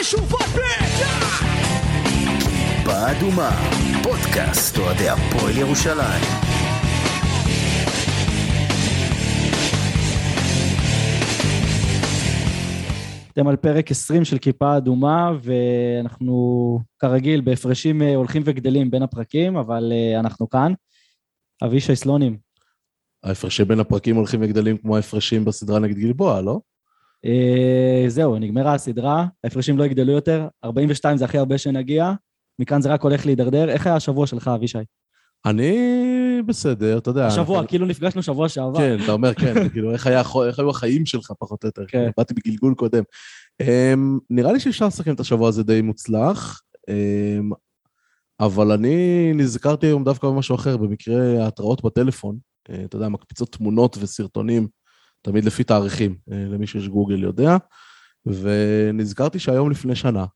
שוב כיפה אדומה, פודקאסט אוהדי הפועל ירושלים. אתם על פרק 20 של כיפה אדומה, ואנחנו כרגיל בהפרשים הולכים וגדלים בין הפרקים, אבל אנחנו כאן. אבישי סלונים. ההפרשים בין הפרקים הולכים וגדלים כמו ההפרשים בסדרה נגד גלבוע, לא? זהו, נגמרה הסדרה, ההפרשים לא יגדלו יותר, 42 זה הכי הרבה שנגיע, מכאן זה רק הולך להידרדר. איך היה השבוע שלך, אבישי? אני בסדר, אתה יודע. השבוע, כאילו נפגשנו שבוע שעבר. כן, אתה אומר כן, כאילו איך היו החיים שלך פחות או יותר, באתי בגלגול קודם. נראה לי שאפשר לסכם את השבוע הזה די מוצלח, אבל אני נזכרתי היום דווקא במשהו אחר, במקרה ההתראות בטלפון, אתה יודע, מקפיצות תמונות וסרטונים, תמיד לפי תאריכים, למי שיש גוגל יודע, ונזכרתי שהיום לפני שנה,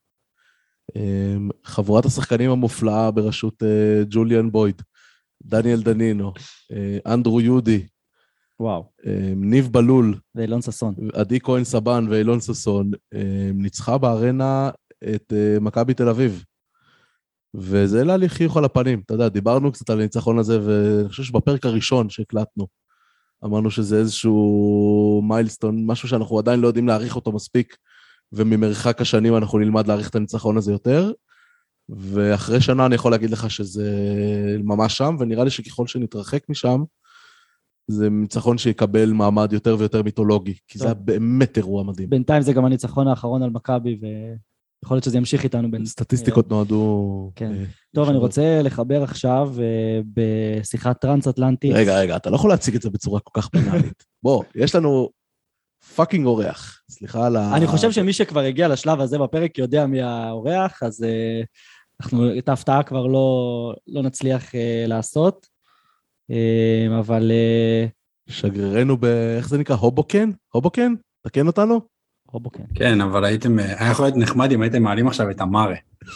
חבורת השחקנים המופלאה בראשות ג'וליאן בויד, דניאל דנינו, אנדרו יהודי, וואו. ניב בלול, ואילון ססון. עדי כהן סבן ואילון ססון, ניצחה בארנה את מכבי תל אביב. וזה העלה לי חיוך על הפנים, אתה יודע, דיברנו קצת על הניצחון הזה, ואני חושב שבפרק הראשון שהקלטנו, אמרנו שזה איזשהו מיילסטון, משהו שאנחנו עדיין לא יודעים להעריך אותו מספיק, וממרחק השנים אנחנו נלמד להעריך את הניצחון הזה יותר, ואחרי שנה אני יכול להגיד לך שזה ממש שם, ונראה לי שככל שנתרחק משם, זה ניצחון שיקבל מעמד יותר ויותר מיתולוגי, כי זה היה באמת אירוע מדהים. בינתיים זה גם הניצחון האחרון על מכבי, ויכול להיות שזה ימשיך איתנו. סטטיסטיקות נועדו... כן. טוב, אני רוצה לחבר עכשיו בשיחת טרנס-אטלנטית. רגע, אתה לא יכול להציג את זה בצורה כל כך בנאלית. בוא, יש לנו פאקינג אורח. סליחה על אני חושב שמי שכבר הגיע לשלב הזה בפרק יודע מי האורח, אז אנחנו את ההפתעה כבר לא נצליח לעשות, אבל... שגרירנו איך זה נקרא? הובוקן? הובוקן? תקן אותנו? הובוקן. כן, אבל היה יכול להיות נחמד אם הייתם מעלים עכשיו את אמרה.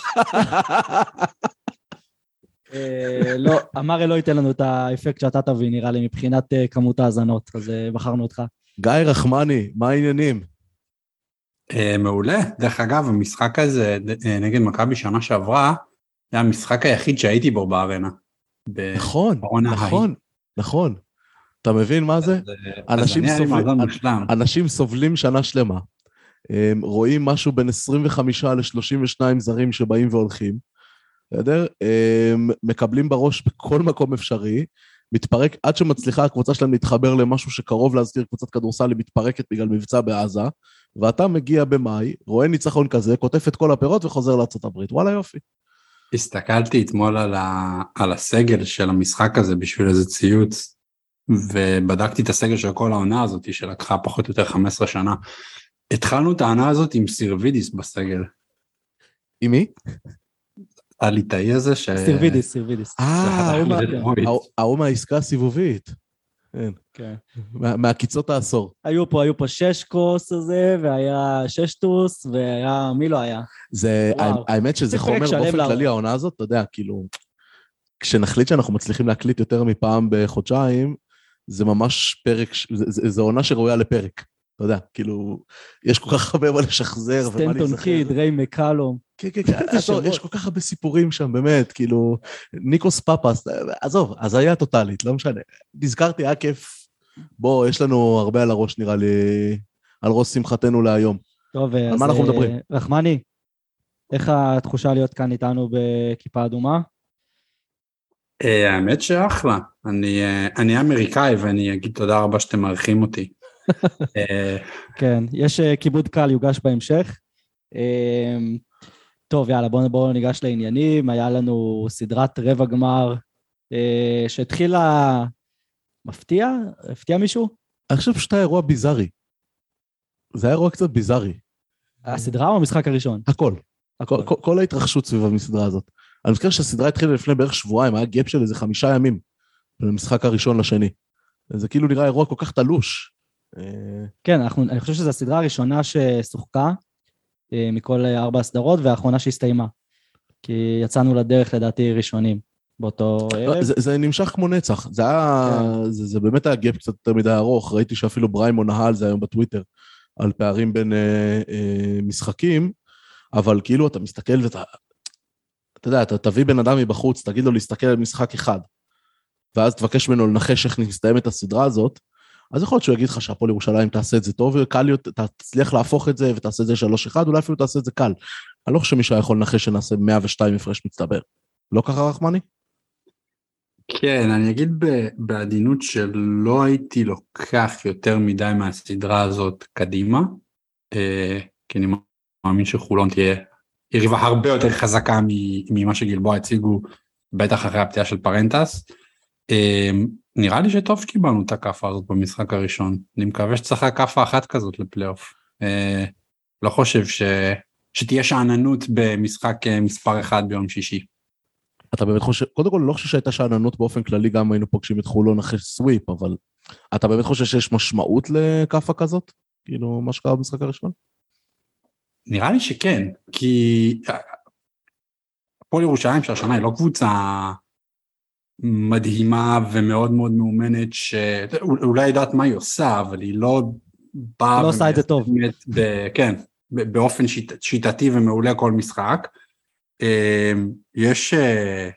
לא, אמרה לא ייתן לנו את האפקט שאתה תביא, נראה לי, מבחינת כמות האזנות, אז בחרנו אותך. גיא רחמני, מה העניינים? מעולה. דרך אגב, המשחק הזה נגד מכבי שנה שעברה, זה המשחק היחיד שהייתי בו בארנה. נכון. אתה מבין מה זה? אנשים סובלים שנה שלמה. רואים משהו בין 25 ל-32 זרים שבאים והולכים. בסדר? מקבלים בראש בכל מקום אפשרי. מתפרק, עד שמצליחה הקבוצה שלהם להתחבר למשהו שקרוב להזכיר קבוצת כדורסל, היא מתפרקת בגלל מבצע בעזה, ואתה מגיע במאי, רואה ניצחון כזה, כותף את כל הפירות וחוזר לארצות הברית. וואלה יופי. הסתכלתי אתמול על הסגל של המשחק הזה בשביל איזה ציוץ, ובדקתי את הסגל של כל העונה הזאת, שלקחה פחות או יותר 15 שנה. התחלנו את העונה הזאת עם סירבידיס בסגל. עם מי? הליטאי הזה סירבידיס. ההוא מהעסקה הסיבובית. כן. מהקיצות העשור. היו פה ששקוס הזה, והיה ששטוס, והיה, מי לא היה? האמת שזה חומר באופן כללי, העונה הזאת, אתה יודע, כאילו, כשנחליט שאנחנו מצליחים להקליט יותר מפעם בחודשיים, זה ממש פרק, זה עונה שראויה לפרק. אתה יודע, כאילו, יש כל כך הרבה מה לשחזר. סטנטון קיד, ריי מקלום. כן, יש כל כך הרבה סיפורים שם, באמת, כאילו, ניקוס פאפס, עזוב, אז היה טוטלית, לא משנה. נזכרתי, היה כיף. בוא, יש לנו הרבה על הראש, נראה לי, על ראש שמחתנו להיום. טוב, על מה אנחנו מדברים? רחמני, איך התחושה להיות כאן איתנו בכיפה אדומה? האמת שאחלה. אני אמריקאי, ואני אגיד תודה רבה שאתם מארחים אותי. כן, יש כיבוד קל יוגש בהמשך. טוב, יאללה, בואו ניגש לעניינים. היה לנו סדרת רבע גמר שהתחילה הפתיע מישהו? אני חושב שאתה אירוע ביזארי. זה היה אירוע קצת ביזארי. הסדרה או המשחק הראשון? הכל. כל ההתרחשות סביב המסדרה הזאת. אני מזכיר שהסדרה התחילה לפני בערך שבועיים, היה גאפ של איזה 5 ימים, במשחק הראשון לשני. זה כאילו נראה אירוע כל כך תלוש. כן, אני חושב שזו הסדרה הראשונה ששוחקה מכל 4 הסדרות, והאחרונה שהסתיימה. כי יצאנו לדרך לדעתי ראשונים באותו ערב. זה נמשך כמו נצח. זה באמת היה גאפ קצת יותר מדי ארוך. ראיתי שאפילו בריימו נהל זה היום בטוויטר, על פערים בין משחקים. אבל כאילו אתה מסתכל ואתה, אתה יודע, אתה תביא בן אדם מבחוץ, תגיד לו להסתכל על משחק אחד, ואז תבקש ממנו לנחש איך נסתיים את הסדרה הזאת, אז יכול להיות שהוא יגיד לך שהפועל ירושלים תעשה את זה טוב, וקל, אתה תצליח להפוך את זה, ותעשה את זה 3-1, אולי אפילו תעשה את זה קל. אני לא חושב שמישהו יכול לנחש שנעשה 102 הפרש מצטבר. לא ככה רחמני? כן, אני אגיד בעדינות שלא הייתי לוקח יותר מדי מהסדרה הזאת קדימה, כי אני מאמין שחולון תהיה יריבה הרבה יותר חזקה ממה שגלבוע הציגו, בטח אחרי הפתיעה של פרנטס. נראה לי שטוב שקיבלנו את הקפה הזאת במשחק הראשון, אני מקווה שצריך קפה אחת כזאת לפלייאוף. לא חושב שתהיה שעננות במשחק מספר 1 ביום שישי. אתה באמת חושב, קודם כל לא חושב שהייתה שעננות באופן כללי, גם היינו פוגשים את חולון אחרי סוויפ, אבל אתה באמת חושב שיש משמעות לקפה כזאת? כאילו, מה שקרה במשחק הראשון? נראה לי שכן, כי הפועל ירושלים שהשנה היא לא קבוצה מדהימה ומאוד מאוד מאומנת, שאולי יודעת מה היא עושה, אבל היא לא באה... לא עושה את זה טוב. כן, באופן שיטתי ומעולה כל משחק. יש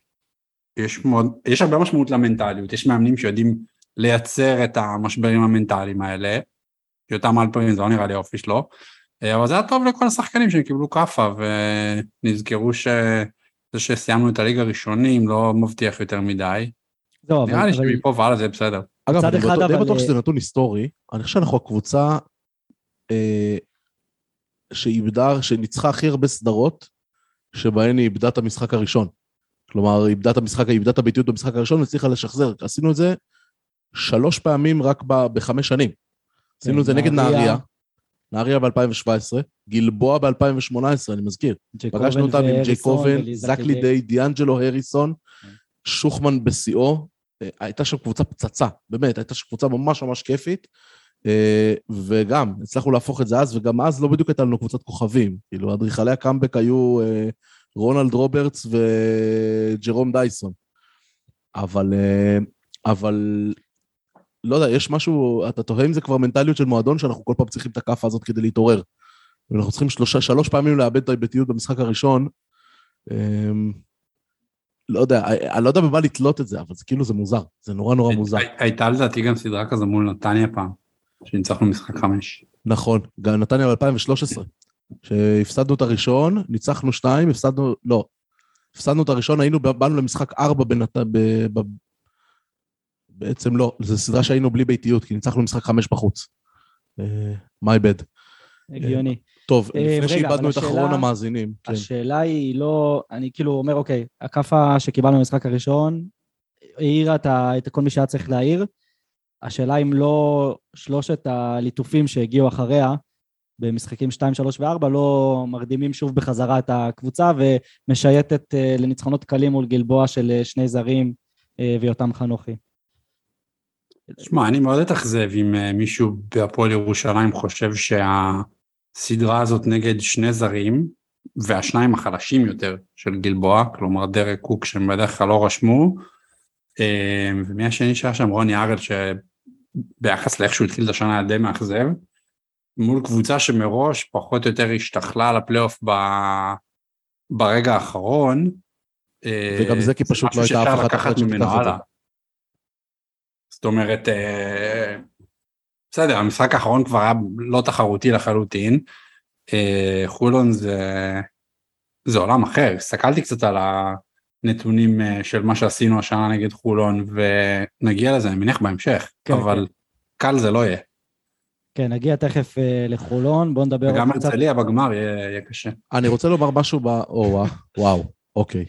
הרבה משמעות למנטליות, יש מאמנים שיודעים לייצר את המשברים המנטליים האלה, יותם אלפרין זה לא נראה לי אופי שלו, אבל זה היה טוב לכל השחקנים שהם קיבלו קפה, ונזכרו שסיימנו את הליגה הראשונים, לא מבטיח יותר מדי, נראה לי שמפה ועלה זה בסדר. אגב, אני די בטוח שזה נתון היסטורי, אני חושב שאנחנו הקבוצה שניצחה הכי הרבה סדרות, שבהן היא איבדה את המשחק הראשון. כלומר, היא איבדה את הביטיות במשחק הראשון, והצליחה לשחזר. עשינו את זה 3 פעמים רק ב5 שנים. עשינו את זה נגד נהריה ב-2017, גלבוע ב-2018, אני מזכיר. פגשנו אותם עם ג'ייקובן, זקלי דיי, דיאנג'לו הריסון, שוחמן בסיאו, הייתה שם קבוצה פצצה, באמת, הייתה שם קבוצה ממש ממש כיפית, וגם הצלחנו להפוך את זה אז, וגם אז לא בדיוק הייתה לנו קבוצת כוכבים, כאילו אדריכלי הקאמבק היו רונלד רוברטס וג'רום דייסון, אבל לא יודע, יש משהו, אתה תוהה אם זה כבר מנטליות של מועדון, שאנחנו כל פעם צריכים את הקפה הזאת כדי להתעורר, ואנחנו צריכים 3 פעמים לאבד את ההיבטיות במשחק הראשון, לא יודע, אני לא יודע במה לתלות את זה, אבל זה כאילו זה מוזר, זה נורא נורא מוזר. הייתה לדעתי גם סדרה כזה מול נתניה פעם, שניצחנו משחק 5. נכון, גם נתניה ב-2013, שהפסדנו את הראשון, ניצחנו 2, הפסדנו את הראשון, באנו למשחק 4 בעצם לא, זו סדרה שהיינו בלי ביתיות, כי ניצחנו משחק 5 בחוץ. My bad. הגיוני. טוב, לפני שאיבדנו את אחרון המאזינים. השאלה היא לא, אני כאילו אומר, אוקיי, הקפה שקיבלנו במשחק הראשון, העירה את כל מי שהיה צריך להעיר, השאלה אם לא 3 הליטופים שהגיעו אחריה, במשחקים 2, 3 ו-4, לא מרדימים שוב בחזרה את הקבוצה, ומשייטת לניצחונות קלים מול גלבוע של 2 זרים, ויותם חנוכי. שמע, אני מאוד אתאכזב אם מישהו בהפועל ירושלים חושב שהסדרה הזאת נגד 2 זרים, והשניים החלשים יותר של גלבוע, כלומר דרק קוק שהם בדרך כלל לא רשמו, ומי השני שהיה שם רוני ארל, שביחס לאיך שהוא התחיל את השנה די מאכזב, מול קבוצה שמראש פחות או יותר השתכלה לפלייאוף ברגע האחרון, וגם זה כי פשוט לא הייתה אף אחת ממנו הלאה. זאת אומרת, בסדר, המשחק האחרון כבר היה לא תחרותי לחלוטין, חולון זה עולם אחר, הסתכלתי קצת על הנתונים של מה שעשינו השנה נגד חולון, ונגיע לזה, אני מניח בהמשך, כן, אבל כן. קל זה לא יהיה. כן, נגיע תכף לחולון, בואו נדבר... וגם הרצליה בגמר יהיה קשה. אני רוצה לומר משהו וואו, אוקיי.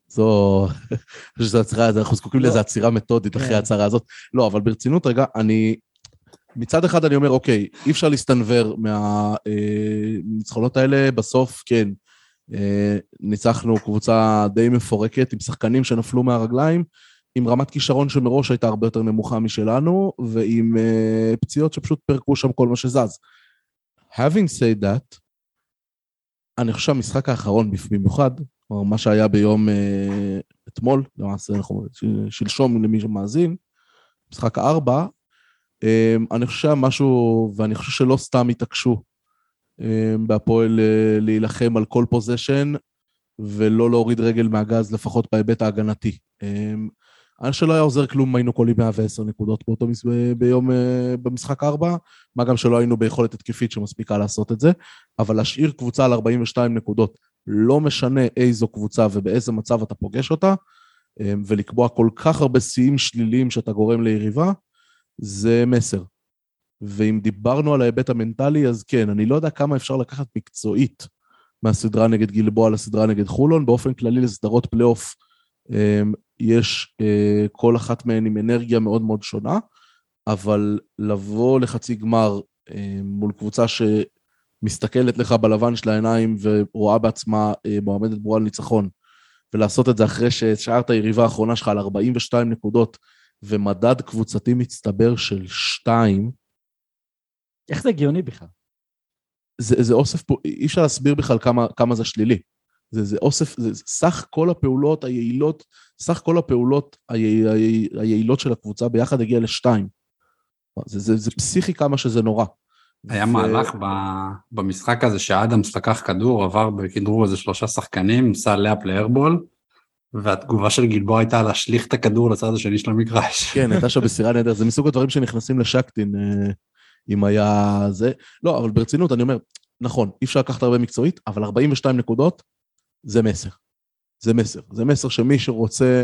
אנחנו זקוקים לאיזו עצירה מתודית אחרי ההצהרה הזאת. לא, אבל ברצינות רגע, מצד אחד אני אומר, אוקיי, אי אפשר להסתנבר מהניצחונות האלה, בסוף כן, ניצחנו קבוצה די מפורקת, עם שחקנים שנפלו מהרגליים, עם רמת כישרון שמראש הייתה הרבה יותר נמוכה משלנו, ועם פציעות שפשוט פרקו שם כל מה שזז. Having said that, אני חושב שהמשחק האחרון במיוחד, או מה שהיה ביום אתמול, למעשה שלשום למי שמאזין, משחק 4, אני חושב משהו, ואני חושב שלא סתם התעקשו בהפועל להילחם על כל פוזיישן, ולא להוריד רגל מהגז, לפחות בהיבט ההגנתי. אני שלא היה עוזר כלום, היינו קולים 110 נקודות באותו ביום במשחק 4, מה גם שלא היינו ביכולת התקפית שמספיקה לעשות את זה, אבל להשאיר קבוצה על 42 נקודות, לא משנה איזו קבוצה ובאיזה מצב אתה פוגש אותה, ולקבוע כל כך הרבה שיאים שליליים שאתה גורם ליריבה, זה מסר. ואם דיברנו על ההיבט המנטלי, אז כן, אני לא יודע כמה אפשר לקחת מקצועית מהסדרה נגד גלבוע לסדרה נגד חולון, באופן כללי לסדרות פלייאוף, יש כל אחת מהן עם אנרגיה מאוד מאוד שונה, אבל לבוא לחצי גמר מול קבוצה שמסתכלת לך בלבן של העיניים ורואה בעצמה מועמדת ברורה לניצחון, ולעשות את זה אחרי ששארת היריבה האחרונה שלך על 42 נקודות, ומדד קבוצתי מצטבר של 2. איך זה הגיוני בכלל? זה אוסף פה, אי אפשר להסביר בכלל כמה זה שלילי. זה אוסף, זה סך כל הפעולות היעילות, סך כל הפעולות היעילות של הקבוצה ביחד הגיע ל2. זה פסיכי כמה שזה נורא. היה מהלך במשחק הזה שאדמס לקח כדור, עבר בכדרור איזה 3 שחקנים, עשה לאפ לארבול, והתגובה של גלבוע הייתה להשליך את הכדור לצד השני של המגרש. כן, הייתה שם בסירה נהדר, זה מסוג הדברים שנכנסים לשקטין, אם היה זה. לא, אבל ברצינות אני אומר, נכון, אי אפשר לקחת הרבה מקצועית, אבל 42 נקודות, זה מסר. זה מסר. זה מסר שמי שרוצה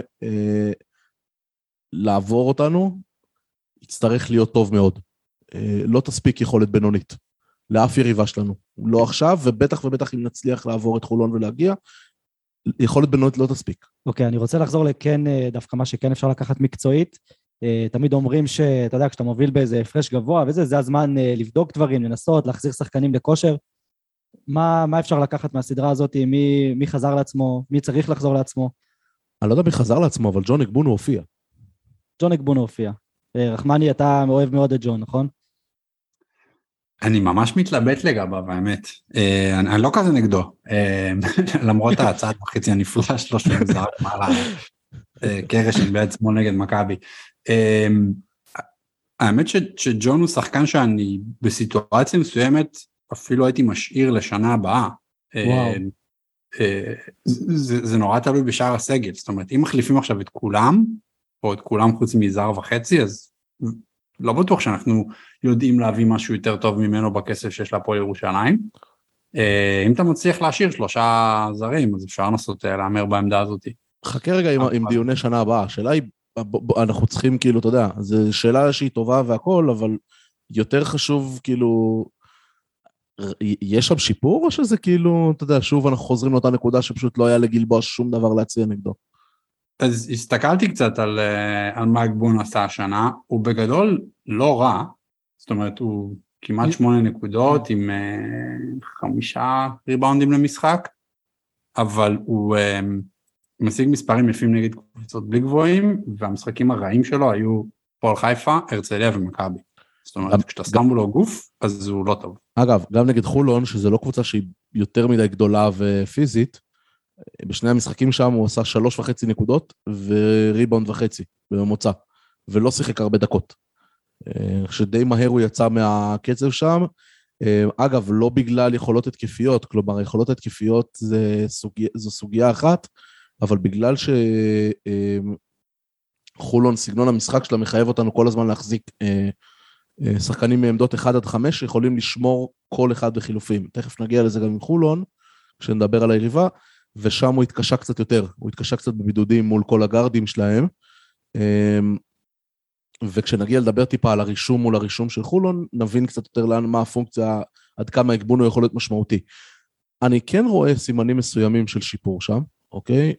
לעבור אותנו, יצטרך להיות טוב מאוד. לא תספיק יכולת בינונית, לאף יריבה שלנו. לא עכשיו, ובטח ובטח אם נצליח לעבור את חולון ולהגיע, יכולת בינונית לא תספיק. אוקיי, אני רוצה לחזור לכן, דווקא מה שכן אפשר לקחת מקצועית. תמיד אומרים שאתה יודע, כשאתה מוביל באיזה הפרש גבוה, וזה, זה הזמן לבדוק דברים, לנסות, להחזיר שחקנים לכושר. מה אפשר לקחת מהסדרה הזאת? מי חזר לעצמו? מי צריך לחזור לעצמו? אני לא יודע מי חזר לעצמו, אבל ג'ון אגבונו הופיע. ג'ון אגבונו הופיע. רחמני, אתה אוהב מאוד את ג'ון, נכון? אני ממש מתלבט לגביו, האמת. אני לא כזה נגדו, למרות הצעת בחצי הנפלא שלו שמזרק מעלה קרש בעצמו נגד מכבי. האמת שג'ון הוא שחקן שאני בסיטואציה מסוימת אפילו הייתי משאיר לשנה הבאה. זה נורא תלוי בשאר הסגל, זאת אומרת, אם מחליפים עכשיו את כולם, או את כולם חוץ מזר וחצי, אז לא בטוח שאנחנו יודעים להביא משהו יותר טוב ממנו בכסף שיש להפועל ירושלים. אם אתה מצליח להשאיר 3 זרים, אז אפשר לנסות להאמר בעמדה הזאת. חכה רגע עם דיוני שנה הבאה, השאלה היא, אנחנו צריכים כאילו, אתה יודע, זו שאלה שהיא טובה והכל, אבל יותר חשוב כאילו, יש שם שיפור או שזה כאילו, אתה יודע, שוב אנחנו חוזרים לאותה נקודה שפשוט לא היה לגלבוע שום דבר להציע נגדו? אז הסתכלתי קצת על מה אגבון עשה השנה, הוא בגדול לא רע, זאת אומרת הוא כמעט 8 נקודות עם 5 ריבאונדים למשחק, אבל הוא משיג מספרים יפים נגד קבוצות בלי גבוהים, והמשחקים הרעים שלו היו פועל חיפה, הרצליה ומכבי. זאת אומרת, כשאתה שם לו גוף, אז הוא לא טוב. אגב, גם נגד חולון, שזו לא קבוצה שהיא יותר מדי גדולה ופיזית, בשני המשחקים שם הוא עשה 3.5 נקודות, וריבאונד וחצי בממוצע, ולא שיחק הרבה דקות. שדי מהר הוא יצא מהקצב שם, אגב, לא בגלל יכולות התקפיות, כלומר, יכולות התקפיות זו סוגיה אחת, אבל בגלל שחולון, סגנון המשחק שלה מחייב אותנו כל הזמן להחזיק שחקנים מעמדות 1-5, יכולים לשמור כל אחד בחילופים. תכף נגיע לזה גם עם חולון, כשנדבר על היריבה, ושם הוא התקשה קצת יותר, הוא התקשה קצת בבידודים מול כל הגארדים שלהם, וכשנגיע לדבר טיפה על הרישום מול הרישום של חולון, נבין קצת יותר לאן מה הפונקציה, עד כמה אגבונו יכול להיות משמעותי. אני כן רואה סימנים מסוימים של שיפור שם, אוקיי?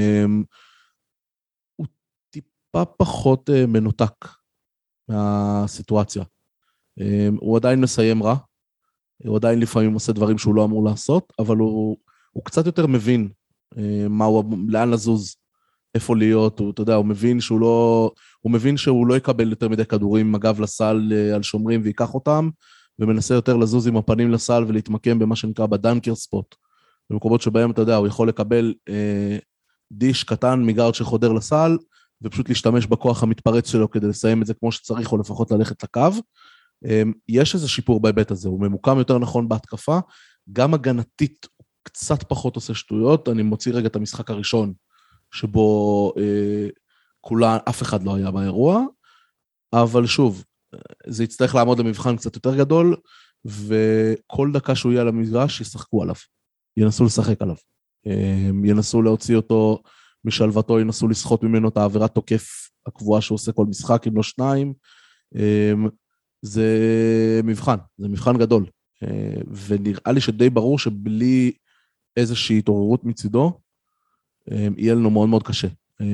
הוא טיפה פחות מנותק מהסיטואציה. הוא עדיין מסיים רע, הוא עדיין לפעמים עושה דברים שהוא לא אמור לעשות, אבל הוא קצת יותר מבין לאן לזוז, איפה להיות, אתה יודע, הוא מבין שהוא לא יקבל יותר מדי כדורים עם הגב לסל על שומרים ויקח אותם, ומנסה יותר לזוז עם הפנים לסל ולהתמקם במה שנקרא בדנקר ספוט. במקומות שבהם, אתה יודע, הוא יכול לקבל דיש קטן מגארד שחודר לסל, ופשוט להשתמש בכוח המתפרץ שלו כדי לסיים את זה כמו שצריך, או לפחות ללכת לקו, יש איזה שיפור בהיבט הזה, הוא ממוקם יותר נכון בהתקפה, גם הגנתית קצת פחות עושה שטויות, אני מוציא רגע את המשחק הראשון, שבו אף אחד לא היה באירוע, אבל שוב, זה יצטרך לעמוד למבחן קצת יותר גדול, וכל דקה שהוא יהיה על המגרש, ישחקו עליו, ינסו לשחק עליו, ינסו להוציא אותו משלוותו, ינסו לסחוט ממנו את העבירת תוקף הקבועה שהוא עושה כל משחק, אם לא שניים, זה מבחן גדול, ונראה לי שדי ברור שבלי איזושהי התעוררות מצידו, יהיה לנו מאוד מאוד קשה.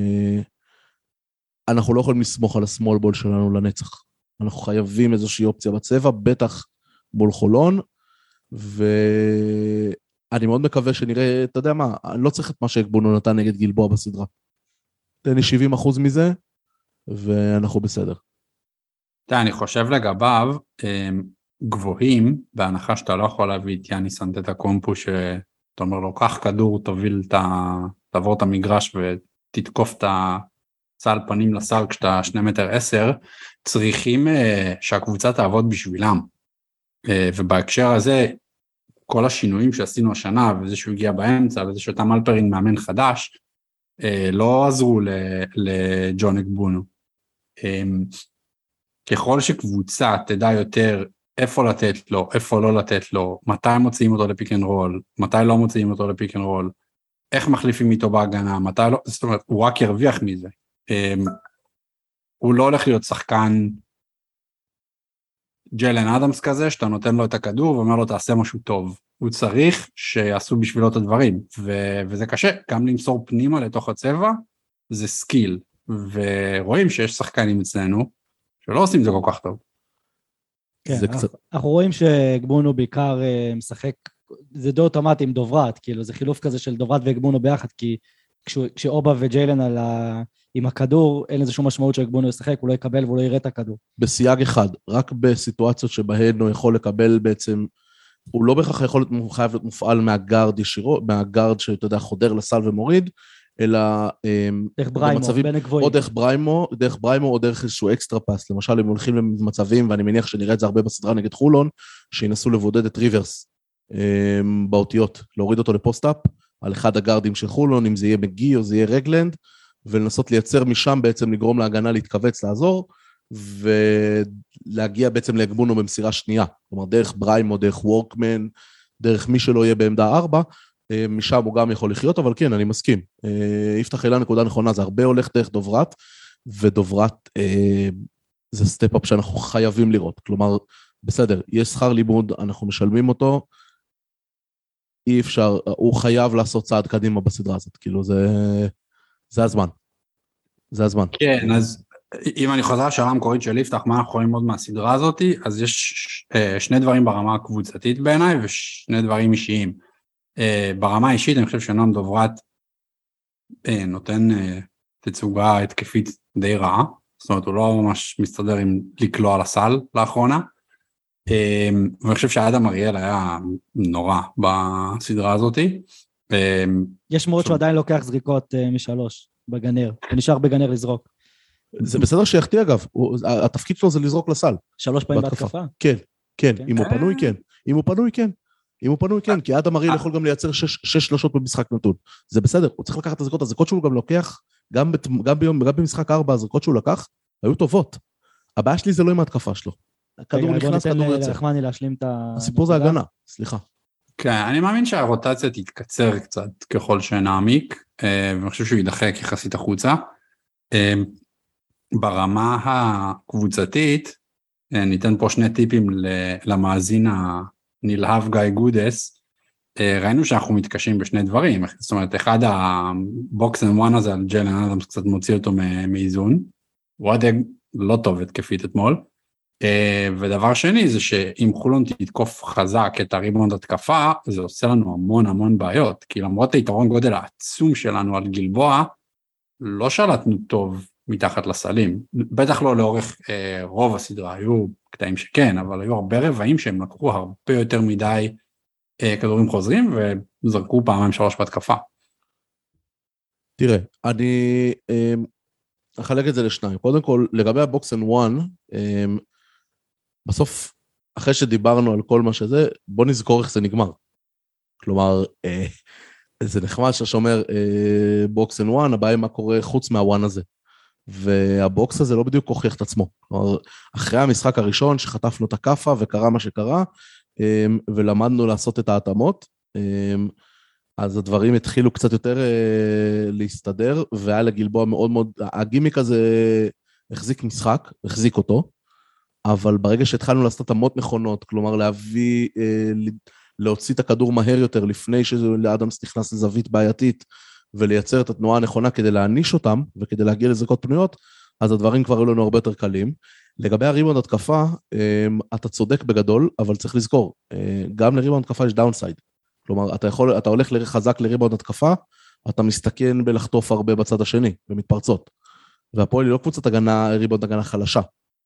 אנחנו לא יכולים לסמוך על הסמול בול שלנו לנצח. אנחנו חייבים איזושהי אופציה בצבע, בטח מול חולון, ואני מאוד מקווה שנראה, אתה יודע מה, אני לא צריך את מה שאגבונו נתן נגד גלבוע בסדרה. תן לי 70% מזה, ואנחנו בסדר. אני חושב לגביו, גבוהים, בהנחה שאתה לא יכול להביא את יאניס אנטטוקומפו, שאתה אומר לו, קח כדור, תעבור את המגרש ותתקוף את הצל פנים לסל כשאתה 2.10 מטר, צריכים שהקבוצה תעבוד בשבילם. ובהקשר הזה, כל השינויים שעשינו השנה, וזה שהוא הגיע באמצע, וזה שאותם אלפרין מאמן חדש, לא עזרו לג'ון אגבונו. ככל שקבוצה תדע יותר איפה לתת לו, איפה לא לתת לו, מתי מוציאים אותו לפיק אנד רול, מתי לא מוציאים אותו לפיק אנד רול, איך מחליפים איתו בהגנה, מתי לא, זאת אומרת, הוא רק ירוויח מזה. הוא לא הולך להיות שחקן ג'יילן אדמס כזה, שאתה נותן לו את הכדור ואומר לו תעשה משהו טוב. הוא צריך שיעשו בשבילו את הדברים, וזה קשה, גם למסור פנימה לתוך הצבע, זה סקיל, ורואים שיש שחקנים אצלנו, שלא עושים זה כל כך טוב. כן, אנחנו רואים שגבונו בעיקר משחק, זה די אוטומטי עם דוברת, כאילו זה חילוף כזה של דוברת וגבונו ביחד, כי כשאובה וג'יילן עם הכדור, אין איזה שום משמעות שגבונו ישחק, הוא לא יקבל והוא לא יראה את הכדור. בסייג אחד, רק בסיטואציות שבהן הוא יכול לקבל בעצם, הוא לא בהכרח חייב להיות מופעל מהגארד ישירות, מהגארד שאתה יודע חודר לסל ומוריד, אלא דרך בריימו, בין הגבוהים. או דרך בריימו או דרך איזשהו אקסטרה פס, למשל הם הולכים למצבים, ואני מניח שנראה את זה הרבה בסדרה נגד חולון, שינסו לבודד את ריברס באותיות, להוריד אותו לפוסט-אפ, על אחד הגארדים של חולון, אם זה יהיה מגי או זה יהיה רגלנד, ולנסות לייצר משם בעצם לגרום להגנה להתכווץ, לעזור, ולהגיע בעצם להגבונו במסירה שנייה, כלומר דרך בריימו, דרך וורקמן, דרך מי שלא יהיה בעמדה 4, משם הוא גם יכול לחיות, אבל כן, אני מסכים. יפתח אלה נקודה נכונה, זה הרבה הולך דרך דוברת, ודוברת זה סטפ-אפ שאנחנו חייבים לראות. כלומר, בסדר, יש שכר לימוד, אנחנו משלמים אותו, אי אפשר, הוא חייב לעשות צעד קדימה בסדרה הזאת, כאילו זה הזמן. זה הזמן. כן, אז אם אני חוזר לשאלה המקורית של יפתח, מה אנחנו יכולים ללמוד מהסדרה הזאת, אז יש שני דברים ברמה הקבוצתית בעיניי, ושני דברים אישיים. ברמה האישית, אני חושב שנועם דוברת נותן תצוגה התקפית די רעה, זאת אומרת, הוא לא ממש מסתדר עם לקלוע לסל לאחרונה, ואני חושב שאדם אריאל היה נורא בסדרה הזאת. יש מאוד שהוא עדיין לוקח זריקות משלוש בגנר, הוא נשאר בגנר לזרוק. זה בסדר שיחטיא אגב, התפקיד שלו זה לזרוק לסל. 3 פעמים בהתקפה? כן, כן, אם הוא פנוי כן, אם הוא פנוי כן, כי אדם אריאל יכול גם לייצר 6 שלושות במשחק נתון, זה בסדר, הוא צריך לקחת את הזריקות שהוא גם לוקח, גם במשחק 4 הזריקות שהוא לקח, היו טובות. הבעיה שלי זה לא עם ההתקפה שלו. הכדור נכנס, כדור יוצא. רחמני להשלים את הסיפור זה הגנה, סליחה. כן, אני מאמין שהרוטציה תתקצר קצת ככל שנעמיק, ואני חושב שהוא יידחק יחסית החוצה. ברמה הקבוצתית, ניתן פה 2 טיפים למאזין הנלהב גיא גודס, ראינו שאנחנו מתקשים בשני דברים, זאת אומרת, אחד הבוקס אנד וואן הזה על ג'יילן אדמס קצת מוציא אותו מאיזון, הוא עד לא טוב התקפית אתמול, ודבר שני זה שאם חולון תתקוף חזק את הריבאונד התקפה, זה עושה לנו המון בעיות, כי למרות היתרון גודל העצום שלנו על גלבוע, לא שלטנו טוב מתחת לסלים, בטח לא לאורך רוב הסדרה, היו קטעים שכן, אבל היו הרבה רבעים שהם לקחו הרבה יותר מדי כדורים חוזרים, וזרקו 2-3 בהתקפה. תראה, אני אחלק את זה לשניים. קודם כל, לגבי הבוקס אנד וואן, בסוף, אחרי שדיברנו על כל מה שזה, בוא נזכור איך זה נגמר. כלומר, זה נחמד ששומר בוקס and one, הבעיה מה קורה חוץ מהוואן הזה. והבוקס הזה לא בדיוק הוכיח את עצמו. כלומר, אחרי המשחק הראשון שחטפנו את הכפה וקרה מה שקרה, ולמדנו לעשות את ההתאמות, אז הדברים התחילו קצת יותר להסתדר, והיה לגלבוע מאוד מאוד, הגימיק הזה החזיק משחק, החזיק אותו, אבל ברגע שהתחלנו לעשות התאמות נכונות, כלומר להוציא את הכדור מהר יותר, לפני שלאדמס נכנס לזווית בעייתית, ולייצר את התנועה הנכונה כדי להניש אותם, וכדי להגיע לזריקות פנויות, אז הדברים כבר היו לנו הרבה יותר קלים. לגבי הריבאונד התקפה, אתה צודק בגדול, אבל צריך לזכור, גם לריבאונד התקפה יש דאונסייד. כלומר, אתה הולך חזק לריבאונד התקפה, אתה מסתכן בלחטוף הרבה בצד השני, במתפרצות. והפועל היא לא קבוצת הגנה, ריבאונד הגנה חלשה.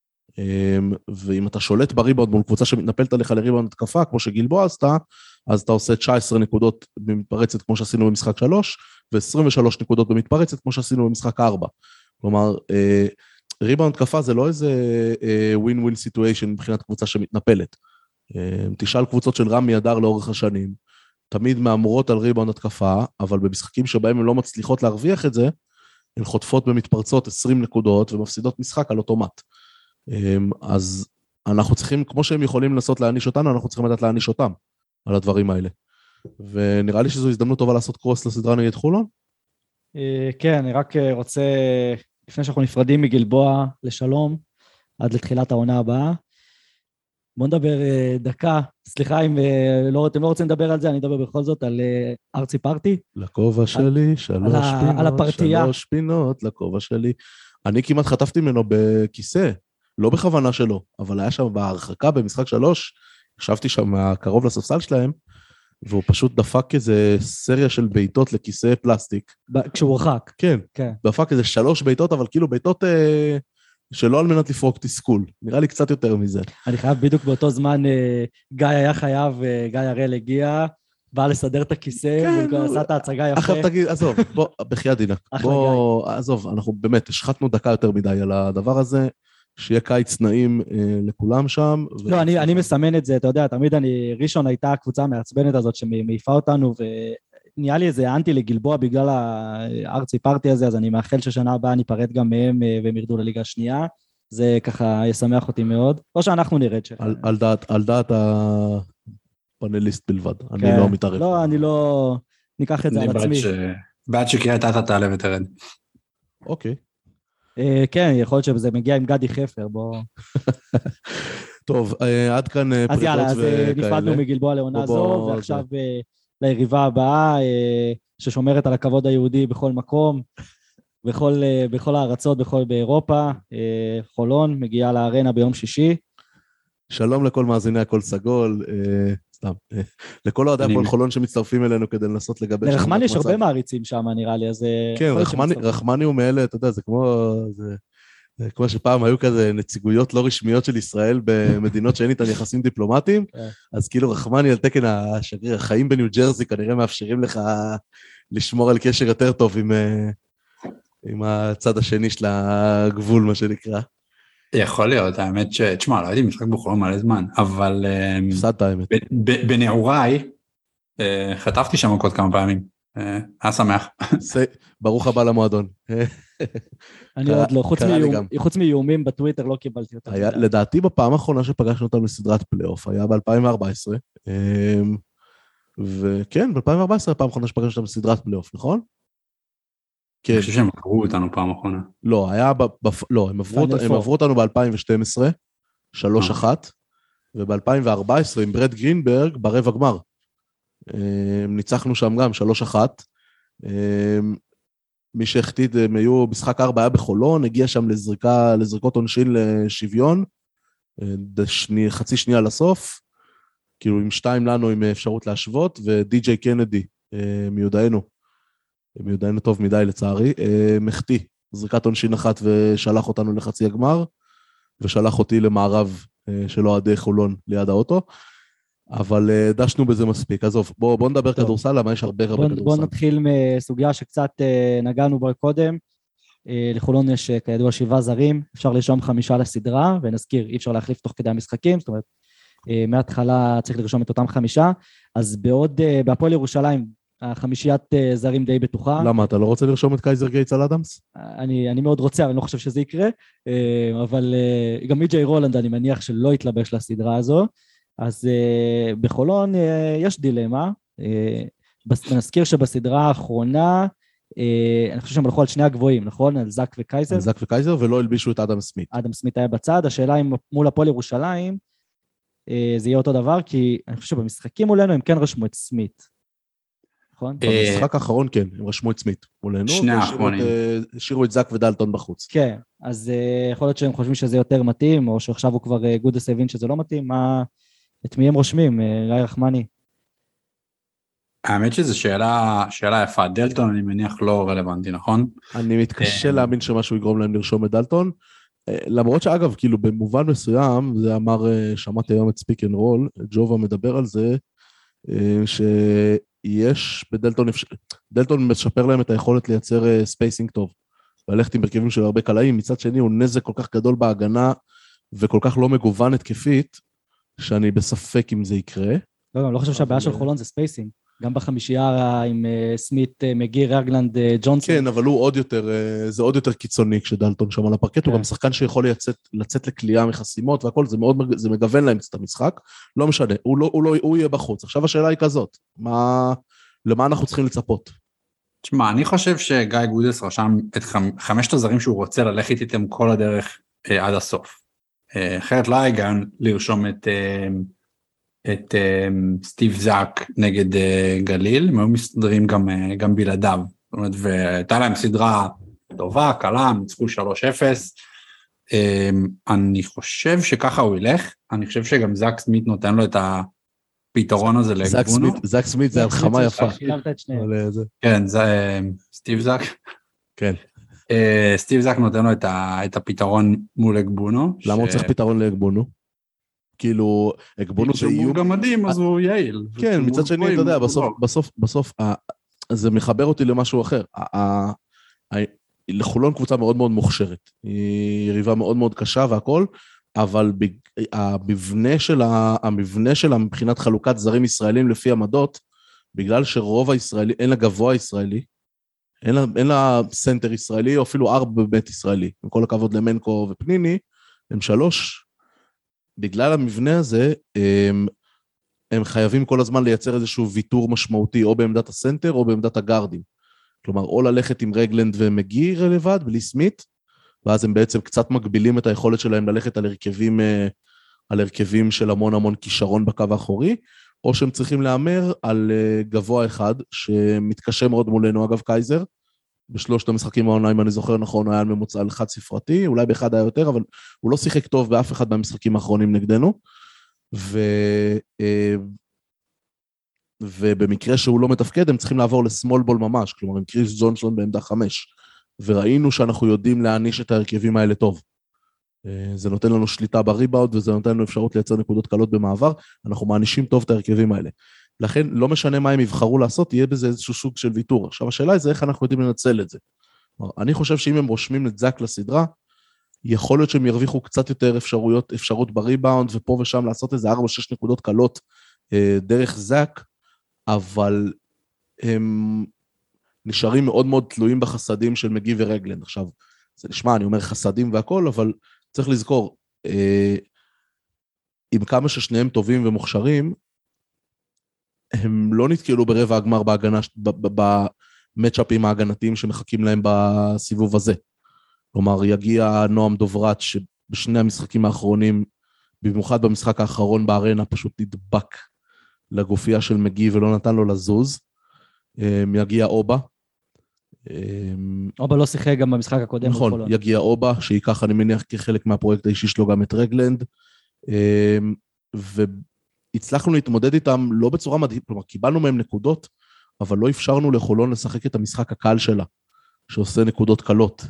ואם אתה שולט בריבאונד מול קבוצה שמתנפלת עליך לריבאונד התקפה, כמו שגלבוע עשתה, אז אתה עושה 19 נקודות במתפרצת, כמו שעשינו במשחק 3, ו-23 נקודות במתפרצת, כמו שעשינו במשחק 4. כלומר, ריבאונד התקפה זה לא איזה win-win situation מבחינת קבוצה שמתנפלת. תשאל קבוצות של רמי אדר לאורך השנים, תמיד מאמורות על ריבאונד התקפה, אבל במשחקים שבהם הן לא מצליחות להרוויח את זה, הן חוטפות במתפרצות 20 נקודות, ומפסידות משחק על אוטומט. אז אנחנו צריכים, כמו שהם יכולים לנסות להעניש אותנו, אנחנו צריכים לדעת להעניש אותם על הדברים האלה. ונראה לי שזו הזדמנות טובה לעשות קרוס לסדרה נגד חולון. כן, אני רק רוצה, לפני שאנחנו נפרדים מגלבוע לשלום, עד לתחילת העונה הבאה, בואו נדבר דקה, סליחה אם אתם לא רוצים לדבר על זה, אני אדבר בכל זאת על ארצי פארטי. לכובע שלי, שלוש פינות, לכובע שלי. אני כמעט חטפתי ממנו בכיסא, לא בכוונה שלו, אבל היה שם בהרחקה במשחק 3, ישבתי שם קרוב לספסל שלהם, והוא פשוט דפק איזה סריה של ביתות לכיסא פלסטיק. כשהוא רחק. כן, דפק איזה 3 ביתות, אבל כאילו ביתות שלא על מנת לפרוק תסכול. נראה לי קצת יותר מזה. אני חייב בדיוק באותו זמן, גיא היה חייב, גיא הראל הגיע, בא לסדר את הכיסא, ועשה את ההצגה יפה. עכשיו תגיד, עזוב, בוא, בחיית דינה. בוא, עזוב, אנחנו באמת, השחטנו דקה יותר מדי על הדבר הזה, שיהיה קיץ נעים לכולם שם. לא, אני מסמן את זה, אתה יודע, תמיד ראשון הייתה הקבוצה המעצבנת הזאת שמעיפה אותנו, ונהיה לי איזה אנטי לגלבוע בגלל הארצי פארטי הזה, אז אני מאחל ששנה הבאה ניפרד גם מהם, והם ירדו לליגה השנייה. זה ככה ישמח אותי מאוד. או שאנחנו נרד ש... על דעת הפאנליסט בלבד, אני לא מתערב. לא, אני לא... ניקח את זה על עצמי. בעד שקריאת אתה תעלה ותרד. אוקיי. כן, יכול להיות שזה מגיע עם גדי חפר, בוא... טוב, עד כאן פרידות וכאלה. אז יאללה, אז נפרדנו מגלבוע לעונה זו, ועכשיו ליריבה הבאה, ששומרת על הכבוד היהודי בכל מקום, בכל הארצות, באירופה, חולון, מגיעה לארנה ביום שישי. שלום לכל מאזיני הכל סגול, סתם, לכל אוהדי הפועל חולון שמצטרפים אלינו כדי לנסות לגבש... לרחמני יש הרבה מעריצים שם, נראה לי, אז... כן, רחמני הוא מאלה, אתה יודע, זה כמו שפעם היו כזה נציגויות לא רשמיות של ישראל במדינות שאין איתן יחסים דיפלומטיים, אז כאילו רחמני על תקן השגריר, החיים בניו ג'רזי כנראה מאפשרים לך לשמור על קשר יותר טוב עם הצד השני של הגבול, מה שנקרא. יכול להיות, האמת תשמע, לא הייתי משחק בחולון מלא זמן, אבל... הפסדת האמת. בנעוריי, חטפתי שם מכות כמה פעמים, היה שמח. ברוך הבא למועדון. אני עוד לא, חוץ מאיומים בטוויטר לא קיבלתי אותם. לדעתי בפעם האחרונה שפגשנו אותם לסדרת פלייאוף, היה ב-2014, וכן, ב-2014 הפעם האחרונה שפגשנו אותם לסדרת פלייאוף, נכון? אני חושב שהם עברו אותנו פעם האחרונה. לא, הם עברו אותנו ב-2012, 3-1, וב-2014 עם ברד גרינברג ברבע גמר. ניצחנו שם גם 3-1. מי שהחטיד, הם היו, משחק 4 היה בחולון, הגיע שם לזריקות עונשין לשוויון, חצי שנייה לסוף, כאילו עם 2 לנו עם אפשרות להשוות, ודי.ג'יי קנדי מיודענו, מיודענו טוב מדי לצערי, מחטיא, זריקת עונשין אחת ושלח אותנו לחצי הגמר, ושלח אותי למערב של אוהדי חולון ליד האוטו, אבל דשנו בזה מספיק. עזוב, בוא נדבר כדורסל, למה יש הרבה כדורסל. בוא נתחיל מסוגיה שקצת נגענו בה קודם, לחולון יש כידוע 7 זרים, אפשר לרשום 5 לסדרה, ונזכיר, אי אפשר להחליף תוך כדי המשחקים, זאת אומרת, מההתחלה צריך לרשום את אותם 5, אז בהפועל ירושלים, 5 זרים די בטוחה. למה, אתה לא רוצה לרשום את קייזר גייטס על אדמס? אני מאוד רוצה, אבל אני לא חושב שזה יקרה, אבל גם מי.ג'יי רולנד, אני מניח שלא יתלבש לסדרה הזו, אז בחולון יש דילמה, נזכיר שבסדרה האחרונה, אני חושב שהם הלכו על שני הגבוהים, נכון? על זק וקייזר? על זק וקייזר, ולא הלבישו את אדם סמית. אדם סמית היה בצד, השאלה אם מול הפועל ירושלים, זה יהיה אותו דבר, כי אני חושב שבמשחקים מולנו הם כן רשמו את סמית, נכון? במשחק האחרון כן, הם רשמו את סמית מולנו, שני האחרונים. השאירו את זק ודלטון בחוץ. כן, אז יכול להיות שהם חושבים שזה יותר מתאים, או שעכשיו הוא כבר גודס הבין שזה לא מתאים, את מי הם רושמים? גיא רחמני. האמת שזו שאלה יפה, דלטון אני מניח לא רלוונטי, נכון? אני מתקשה להאמין שמשהו יגרום להם לרשום את דלטון, למרות שאגב, כאילו במובן מסוים, זה אמר, שמעתי היום את ספיק אנד רול, ג'ובה מדבר על זה, שיש בדלטון, דלטון משפר להם את היכולת לייצר ספייסינג טוב, ללכת עם הרכבים של הרבה קלעים, מצד שני הוא נזק כל כך גדול בהגנה, וכל כך לא מגוון התקפית, שאני בספק אם זה יקרה. לא, לא חושב שהבעיה של חולון זה ספייסינג. גם בחמישייה עם סמית, מגיר, רגלנד, ג'ונסון. כן, אבל הוא עוד יותר, זה עוד יותר קיצוני כשדלטון שם על הפרקט, הוא גם שחקן שיכול לצאת לקליעה מחסימות והכל, זה מגוון להם את המשחק, לא משנה, הוא יהיה בחוץ. עכשיו השאלה היא כזאת, למה אנחנו צריכים לצפות? תשמע, אני חושב שגיא גודס רשם את 5 הזרים שהוא רוצה ללכת איתם כל הדרך עד הסוף. אחרת לא היה לרשום את סטיב זק נגד גליל, הם היו מסתדרים גם בלעדיו, זאת אומרת, והייתה להם סדרה טובה, קלה, הם ניצחו 3-0, אני חושב שככה הוא ילך, אני חושב שגם זק סמית נותן לו את הפתרון הזה לגבונו. זק סמית זה הלחמה יפה. כן, זה סטיב זק. כן. סטיב זק נותן לו את הפתרון מול אגבונו. למה הוא צריך פתרון לאגבונו? כאילו, אגבונו זה איום. הוא גם מדהים, אז הוא יעיל. כן, מצד שני, אתה יודע, בסוף, זה מחבר אותי למשהו אחר. לחולון קבוצה מאוד מאוד מוכשרת. היא יריבה מאוד מאוד קשה והכל, אבל המבנה שלה מבחינת חלוקת זרים ישראלים לפי עמדות, בגלל שרוב הישראלי, אין לה גבוה ישראלי, אין לה סנטר ישראלי, או אפילו 4 בבית ישראלי. עם כל הכבוד למנקו ופניני, הם 3, בגלל המבנה הזה, הם חייבים כל הזמן לייצר איזשהו ויתור משמעותי, או בעמדת הסנטר, או בעמדת הגארדים. כלומר, או ללכת עם רגלנד ומגיר לבד, בלי סמית, ואז הם בעצם קצת מגבילים את היכולת שלהם ללכת על הרכבים של המון כישרון בקו האחורי, או שהם צריכים לאמר על גבוה אחד, שמתקשה מאוד מולנו, אגב קייזר, בשלושת המשחקים העונה, אם אני זוכר נכון, הוא היה ממוצע על 1 ספרתי, אולי באחד היה יותר, אבל הוא לא שיחק טוב באף אחד מהמשחקים האחרונים נגדנו, ובמקרה שהוא לא מתפקד, הם צריכים לעבור לסמול בול ממש, כלומר, עם קריס ג'ונסון בעמדה 5, וראינו שאנחנו יודעים להעניש את ההרכבים האלה טוב. זה נותן לנו שליטה בריבאוט, וזה נותן לנו אפשרות לייצר נקודות קלות במעבר, אנחנו מענישים טוב את ההרכבים האלה. לכן, לא משנה מה הם יבחרו לעשות, יהיה בזה איזשהו סוג של ויתור. עכשיו, השאלה היא איך אנחנו יודעים לנצל את זה. אני חושב שאם הם רושמים את זק לסדרה, יכול להיות שהם ירוויחו קצת יותר אפשרות בריבאונד, ופה ושם לעשות איזה 4-6 נקודות קלות דרך זק, אבל הם נשארים מאוד מאוד תלויים בחסדים של מגי ורגלנד. עכשיו, זה נשמע, אני אומר חסדים והכל, אבל צריך לזכור, עם כמה ששניהם טובים ומוכשרים, הם לא נתקלו ברבע הגמר בהגנה, במצ'אפים ההגנתיים שמחכים להם בסיבוב הזה. כלומר, יגיע נועם דוברת, שבשני המשחקים האחרונים, במיוחד במשחק האחרון בארנה, פשוט נדבק לגופייה של מגי ולא נתן לו לזוז. יגיע אובה. אובה לא שיחק גם במשחק הקודם. נכון, יגיע אובה, שיקח, אני מניח, כחלק מהפרויקט האישי שלו גם את רגלנד, והצלחנו להתמודד איתם לא בצורה מדהים, כלומר, קיבלנו מהם נקודות, אבל לא אפשרנו לחולון לשחק את המשחק הקל שלה, שעושה נקודות קלות,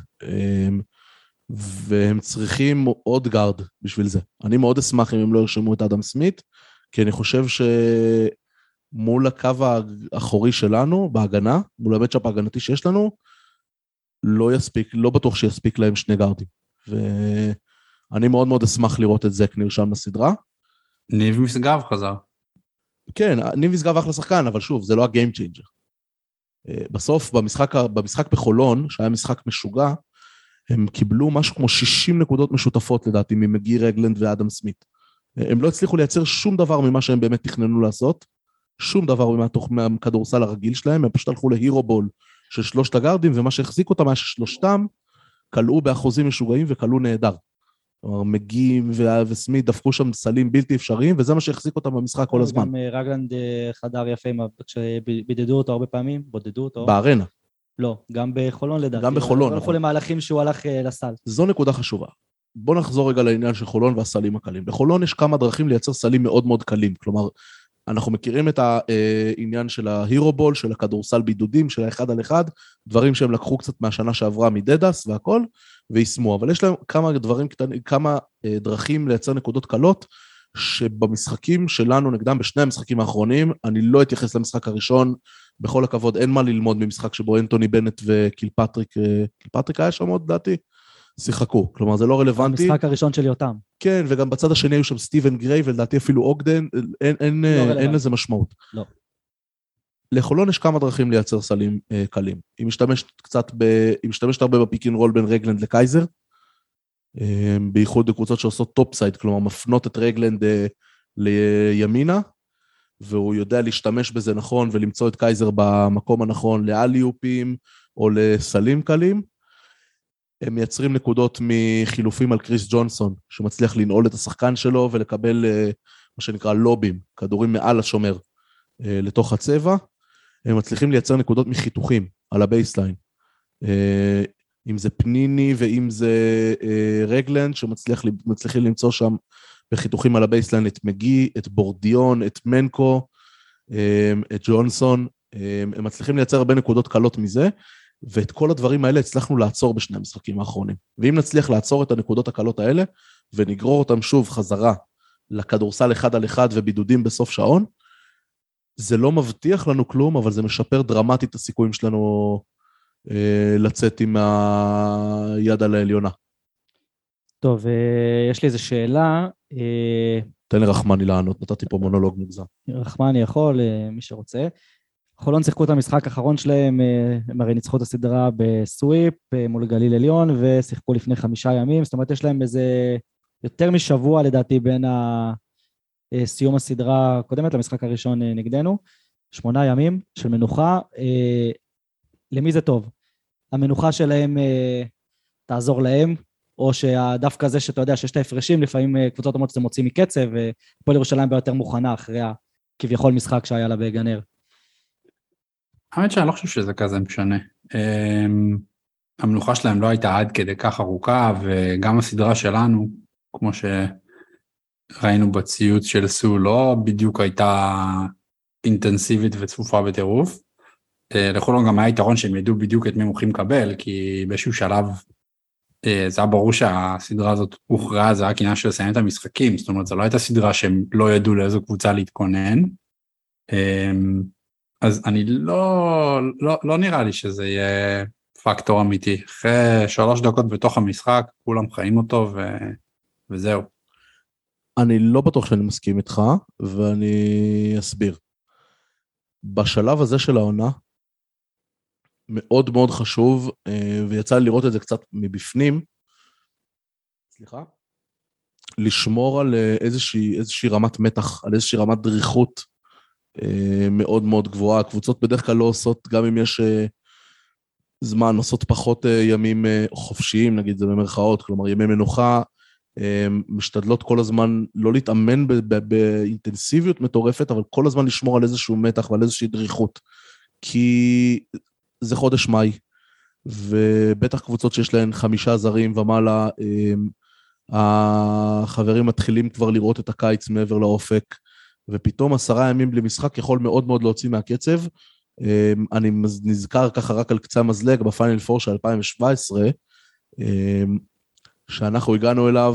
והם צריכים עוד גארד בשביל זה. אני מאוד אשמח אם הם לא ירשמו את אדם סמית, כי אני חושב שמול הקו האחורי שלנו, בהגנה, מול המצ'אפ ההגנתי שיש לנו, לא יספיק, לא בטוח שיספיק להם שני גארדים. ואני מאוד מאוד אשמח לראות את זק נרשם לסדרה. ניב משגב חזר. כן, ניב משגב אחלה שחקן, אבל שוב, זה לא הגיים צ'יינג'ר. בסוף, במשחק בחולון, שהיה משחק משוגע, הם קיבלו משהו כמו 60 נקודות משותפות, לדעתי, ממגי רגלנד ואדם סמית. הם לא הצליחו לייצר שום דבר ממה שהם באמת תכננו לעשות, שום דבר מהכדורסל הרגיל שלהם, הם פשוט הלכו להירו בול של שלושת הגארדים, ומה שהחזיק אותם היה ששלושתם קלעו באחוזים משוגעים וקלעו נהדר. כלומר, מגים וסמית דפקו שם סלים בלתי אפשריים, וזה מה שהחזיק אותם במשחק כל הזמן. גם רגלנד חדר יפה, כשבידדו אותו הרבה פעמים, בודדו אותו. בארנה. לא, גם בחולון לדעתי. גם בחולון. לא הלכו למהלכים שהוא הלך לסל. זו נקודה חשובה. בוא נחזור רגע לעניין של חולון והסלים הקלים. בחולון יש כמה דרכים לייצר סלים מאוד מאוד קלים, כלומר, אנחנו מכירים את העניין של ההירו בול, של הכדורסל בידודים, של האחד על אחד, דברים שהם לקחו קצת מהשנה שעברה מדדס והכל, ויסמו, אבל יש להם כמה דברים קטנים, כמה דרכים לייצר נקודות קלות, שבמשחקים שלנו נגדם, בשני המשחקים האחרונים, אני לא אתייחס למשחק הראשון, בכל הכבוד, אין מה ללמוד ממשחק שבו אנטוני בנט וקילפטריק היה שם עוד דעתי, שיחקו, כלומר זה לא רלוונטי. המשחק הראשון של יותם. כן, וגם בצד השני היו שם סטיבן גריי, ולדעתי אפילו אוגדן, אין לזה משמעות. לא. לחולון יש כמה דרכים לייצר סלים קלים. היא משתמשת הרבה בפיק אנד רול בין רגלנד לקייזר, בייחוד בקבוצות שעושות טופ סייד, כלומר מפנות את רגלנד לימינה, והוא יודע להשתמש בזה נכון, ולמצוא את קייזר במקום הנכון לאליופים, או לסלים קלים. הם מייצרים נקודות מחילופים על קריס ג'ונסון, שמצליח לנעול את השחקן שלו, ולקבל מה שנקרא לובים, כדורים מעל השומר, לתוך הצבע. הם מצליחים לייצר נקודות מחיתוכים על הבייסליין. אם זה פניני, ואם זה רגלנד, שמצליחים למצוא שם בחיתוכים על הבייסליין, את מגי, את בורדיון, את מנקו, את ג'ונסון. הם מצליחים לייצר הרבה נקודות קלות מזה, ואת כל הדברים האלה הצלחנו לעצור בשני המשחקים האחרונים. ואם נצליח לעצור את הנקודות הקלות האלה, ונגרור אותם שוב חזרה לכדורסל אחד על אחד ובידודים בסוף שעון, זה לא מבטיח לנו כלום, אבל זה משפר דרמטית את הסיכויים שלנו לצאת עם היד על העליונה. טוב, יש לי איזו שאלה. תן לרחמני לענות, נתתי פה מונולוג מוגזם. רחמני יכול, מי שרוצה. חולון שיחקו את המשחק האחרון שלהם, הם הרי ניצחו את הסדרה בסוויפ מול גליל עליון, ושיחקו לפני 5 ימים, זאת אומרת יש להם איזה יותר משבוע לדעתי בין סיום הסדרה הקודמת למשחק הראשון נגדנו, 8 ימים של מנוחה. למי זה טוב? המנוחה שלהם תעזור להם, או שהדווקא זה שאתה יודע שיש את ההפרשים, לפעמים קבוצות אומרות שזה מוציא מקצב, ופה לירושלים ביותר מוכנה אחרי כביכול משחק שהיה לה בגנר. האמת שאני לא חושב שזה כזה משנה. המנוחה שלהם לא הייתה עד כדי כך ארוכה, וגם הסדרה שלנו, כמו שראינו בציוץ של סו, לא בדיוק הייתה אינטנסיבית וצפופה בטירוף. לכולם גם היה יתרון שהם ידעו בדיוק את מי הם הולכים לקבל, כי באיזשהו שלב זה היה ברור שהסדרה הזאת הוכרעה, זה היה עניין של לסיים את המשחקים, זאת אומרת, זו לא הייתה סדרה שהם לא ידעו לאיזו קבוצה להתכונן. אז אני לא נראה לי שזה יהיה פקטור אמיתי. אחרי 3 דקות בתוך המשחק, כולם חיים אותו וזהו. אני לא בטוח שאני מסכים איתך, ואני אסביר. בשלב הזה של העונה, מאוד מאוד חשוב, ויצא לי לראות את זה קצת מבפנים, סליחה, לשמור על איזושהי רמת מתח, על איזושהי רמת דריכות, מאוד מאוד גבוהה. הקבוצות בדרך כלל לא עושות, גם אם יש זמן, עושות פחות ימים חופשיים, נגיד זה במרכאות, כלומר ימי מנוחה, משתדלות כל הזמן לא להתאמן באינטנסיביות מטורפת, אבל כל הזמן לשמור על איזשהו מתח ועל איזושהי דריכות, כי זה חודש מאי, ובטח קבוצות שיש להן 5 זרים ומעלה, החברים מתחילים כבר לראות את הקיץ מעבר לאופק, ופתאום 10 ימים בלי משחק יכול מאוד מאוד להוציא מהקצב. אני נזכר ככה רק על קצה המזלג בפיינל 4 של 2017, שאנחנו הגענו אליו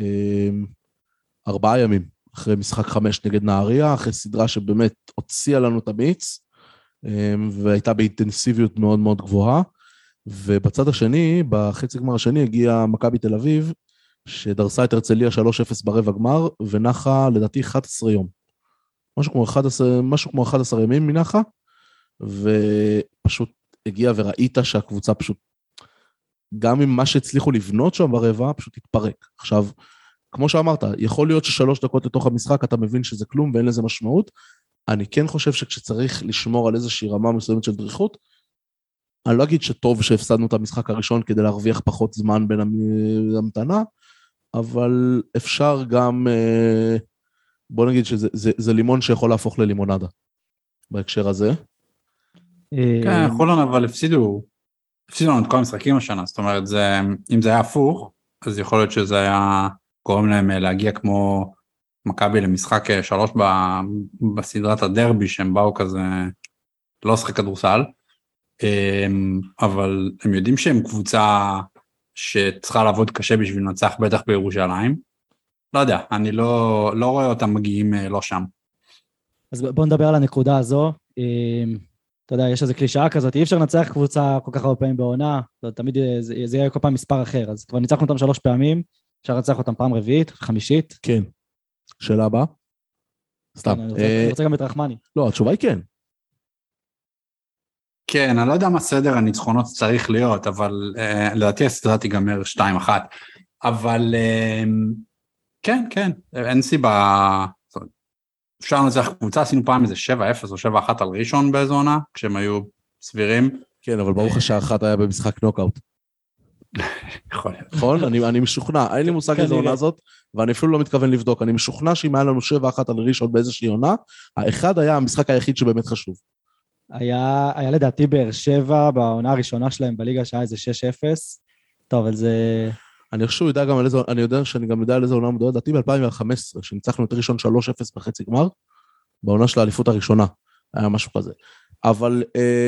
4 ימים אחרי משחק 5 נגד נהריה, אחרי סדרה שבאמת הוציאה לנו את המיץ, והייתה באינטנסיביות מאוד מאוד גבוהה, ובצד השני, בחצי גמר השני, הגיעה מכבי תל אביב, שדרסה את הרצליה 3-0 ברבע גמר, ונחה לדעתי 11 יום. משהו כמו 11 ימים מנחה, ופשוט הגיע וראית שהקבוצה פשוט, גם עם מה שהצליחו לבנות שם ברבע, פשוט התפרק. עכשיו, כמו שאמרת, יכול להיות ש3 דקות לתוך המשחק, אתה מבין שזה כלום ואין לזה משמעות. אני כן חושב שכשצריך לשמור על איזושהי רמה מסוימת של דריכות, אני לא אגיד שטוב שהפסדנו את המשחק הראשון כדי להרוויח פחות זמן בין המתנה, אבל אפשר גם, בוא נגיד שזה לימון שיכול להפוך ללימונדה, בהקשר הזה. כן, חולון אבל הפסידו לנו את כל המשחקים השנה, זאת אומרת, אם זה היה הפוך, אז יכול להיות שזה היה גורם להם להגיע כמו מכבי למשחק 3 בסדרת הדרבי, שהם באו כזה, לא שחק כדורסל, אבל הם יודעים שהם קבוצה שצריכה לעבוד קשה בשביל לנצח בטח בירושלים. לא יודע, אני לא רואה אותם מגיעים לא שם. אז בואו נדבר על הנקודה הזו. אתה יודע, יש איזו קלישאה כזאת, אי אפשר לנצח קבוצה כל כך הרבה פעמים בעונה, תמיד זה יהיה כל פעם מספר אחר, אז כבר ניצחנו אותם 3 פעמים, אפשר לנצח אותם פעם רביעית, חמישית. כן. שאלה הבאה? סתם. אני רוצה גם את רחמני. לא, התשובה היא כן. כן, אני לא יודע מה סדר הניצחונות צריך להיות, אבל לדעתי הסדרה תיגמר 2-1, אבל כן, אין סיבה, אפשר לנצח קבוצה, עשינו פעם איזה 7-0 או 7-1 על ראשון באיזו עונה, כשהם היו סבירים. כן, אבל ברוך השעה היה במשחק נוקאוט. יכול להיות. נכון? אני משוכנע, אין לי מושג איזו עונה הזאת, ואני אפילו לא מתכוון לבדוק, אני משוכנע שאם היה לנו 7-1 על ראשון באיזושהי עונה, האחד היה המשחק היחיד שבאמת חשוב. היה לדעתי באר שבע בעונה הראשונה שלהם בליגה שהיה איזה 6-0. טוב, אז זה... אני חושב שהוא ידע גם על איזה, אני יודע שאני גם יודע על איזה עונה מדויק, לדעתי ב-2015, שניצחנו את ראשון 3-0 בחצי גמר, בעונה של האליפות הראשונה, היה משהו כזה. אבל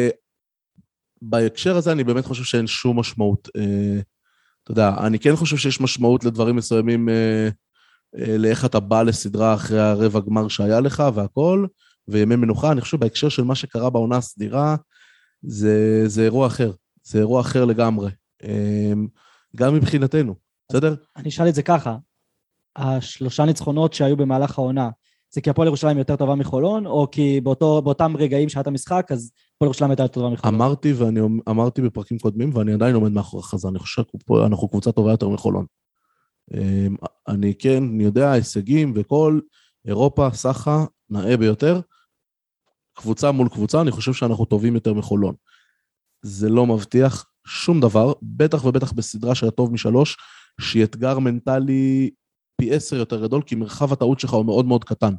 בהקשר הזה אני באמת חושב שאין שום משמעות. אתה יודע, אני כן חושב שיש משמעות לדברים מסוימים, לאיך אתה בא לסדרה אחרי הרבע גמר שהיה לך והכל, וימי מנוחה. אני חושב בהקשר של מה שקרה בעונה הסדירה, זה אירוע אחר, זה אירוע אחר לגמרי. גם מבחינתנו, בסדר? אני אשאל את זה ככה, 3 ניצחונות שהיו במהלך העונה, זה כי הפועל ירושלים יותר טובה מחולון, או כי באותם רגעים שהיה את המשחק, אז הפועל ירושלים הייתה יותר טובה מחולון? אמרתי בפרקים קודמים, ואני עדיין עומד מאחורי החזה, אני חושב שאנחנו קבוצה טובה יותר מחולון. אני יודע, הישגים וכל אירופה, סחה, נאה ביותר, קבוצה מול קבוצה, אני חושב שאנחנו טובים יותר מחולון. זה לא מבטיח שום דבר, בטח ובטח בסדרה של הטוב מ3, שהיא אתגר מנטלי פי 10 יותר גדול, כי מרחב הטעות שלך הוא מאוד מאוד קטן.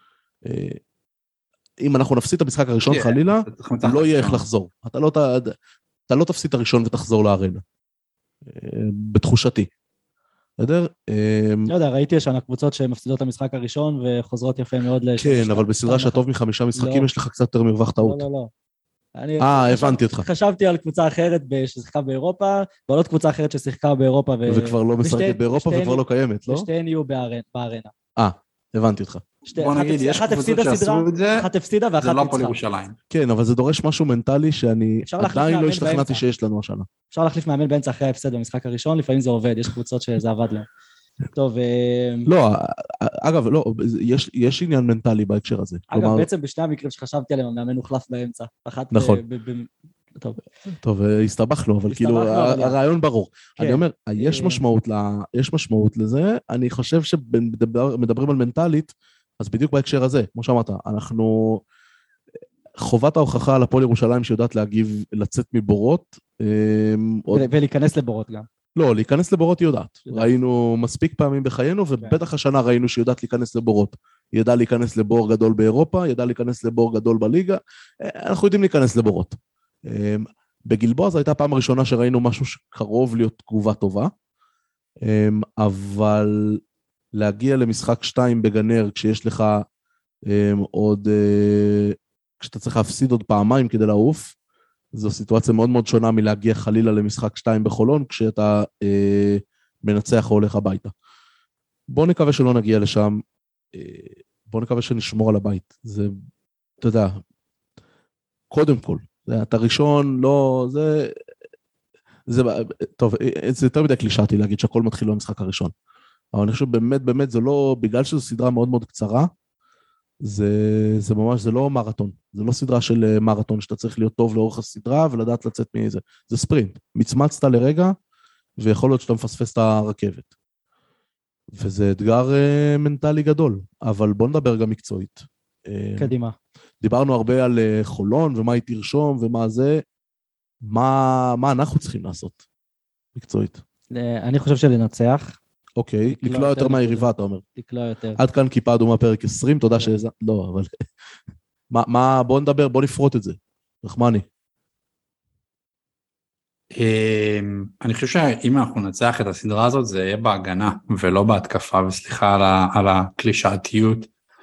אם אנחנו נפסיד את המשחק הראשון חלילה, לא יהיה איך לחזור. אתה לא תפסיד את הראשון ותחזור לארנה. בתחושתי. בסדר? לא יודע, ראיתי ישנה קבוצות שמפסידות את המשחק הראשון וחוזרות יפה מאוד כן, אבל בסדרה שהטוב מ5 משחקים יש לך קצת יותר מרווח טעות. לא. הבנתי אותך. חשבתי על קבוצה אחרת ששיחקה באירופה, ועל עוד קבוצה אחרת ששיחקה באירופה. וכבר לא משחקת באירופה וכבר לא קיימת, לא? ושתיהן יהיו בארנה. הבנתי אותך. בוא נגיד, יש קבוצות שעשו את זה, אחת הפסידה ואחת זה לא ניצחה. הפועל ירושלים. כן, אבל זה דורש משהו מנטלי שאני עדיין לא השתכנעתי שיש לנו השנה. אפשר להחליף מאמן באמצע אחרי ההפסד במשחק הראשון, לפעמים זה עובד, יש קבוצות שזה עבד להם. טוב, לא, אגב, לא, יש עניין מנטלי בהקשר הזה. אגב, בעצם בשני המקרים שחשבתי עליהם, המאמן הוחלף באמצע. נכון. טוב, הסתבכנו, אבל כאילו, הרעיון ברור. אני אומר, יש משמעות לזה, אני חושב שמדברים על מנטלית, אז בדיוק בהקשר הזה, כמו שאמרת, חובת ההוכחה על הפועל ירושלים שיודעת להגיב, לצאת מבורות. ולהיכנס לבורות גם. לא, להיכנס לבורות היא יודעת. ראינו מספיק פעמים בחיינו, ובטח השנה ראינו שהיא יודעת להיכנס לבורות. היא ידעה להיכנס לבור גדול באירופה, היא ידעה להיכנס לבור גדול בליגה, אנחנו יודעים להיכנס לבורות. בגלבוע זו הייתה פעם הראשונה שראינו משהו שקרוב להיות תגובה טובה, אבל להגיע למשחק 2 בגנר, כשיש לך עוד, כשאתה צריך להפסיד עוד פעמיים כדי לעוף, זו סיטואציה מאוד מאוד שונה מלהגיע חלילה למשחק 2 בחולון, כשאתה מנצח או הולך הביתה. בוא נקווה שלא נגיע לשם, בוא נקווה שנשמור על הבית. זה, אתה יודע, קודם כל, אתה ראשון, לא, זה, טוב, זה יותר מדי קלישאתי להגיד שהכל מתחיל במשחק הראשון. אבל אני חושב באמת, זה לא, בגלל שזו סדרה מאוד מאוד קצרה, זה ממש, זה לא מרתון. זה לא סדרה של מרתון, שאתה צריך להיות טוב לאורך הסדרה, ולדעת לצאת מזה. זה ספרינט. מצמצת לרגע, ויכול להיות שאתה מפספס את הרכבת. וזה אתגר מנטלי גדול, אבל בוא נדבר גם מקצועית. קדימה. דיברנו הרבה על חולון, ומה היא תרשום, ומה זה, מה אנחנו צריכים לעשות מקצועית? אני חושב שלנצח. אוקיי, לקלוע יותר מהיריבה, אתה אומר. לקלוע יותר. עד כאן כיפה אדומה פרק 20, תודה שזה... לא, אבל... בוא נדבר, בוא נפרוט את זה. רחמני. אני חושב שאם אנחנו נצח את הסדרה הזאת, זה יהיה בהגנה, ולא בהתקפה, וסליחה על הקלישאתיות.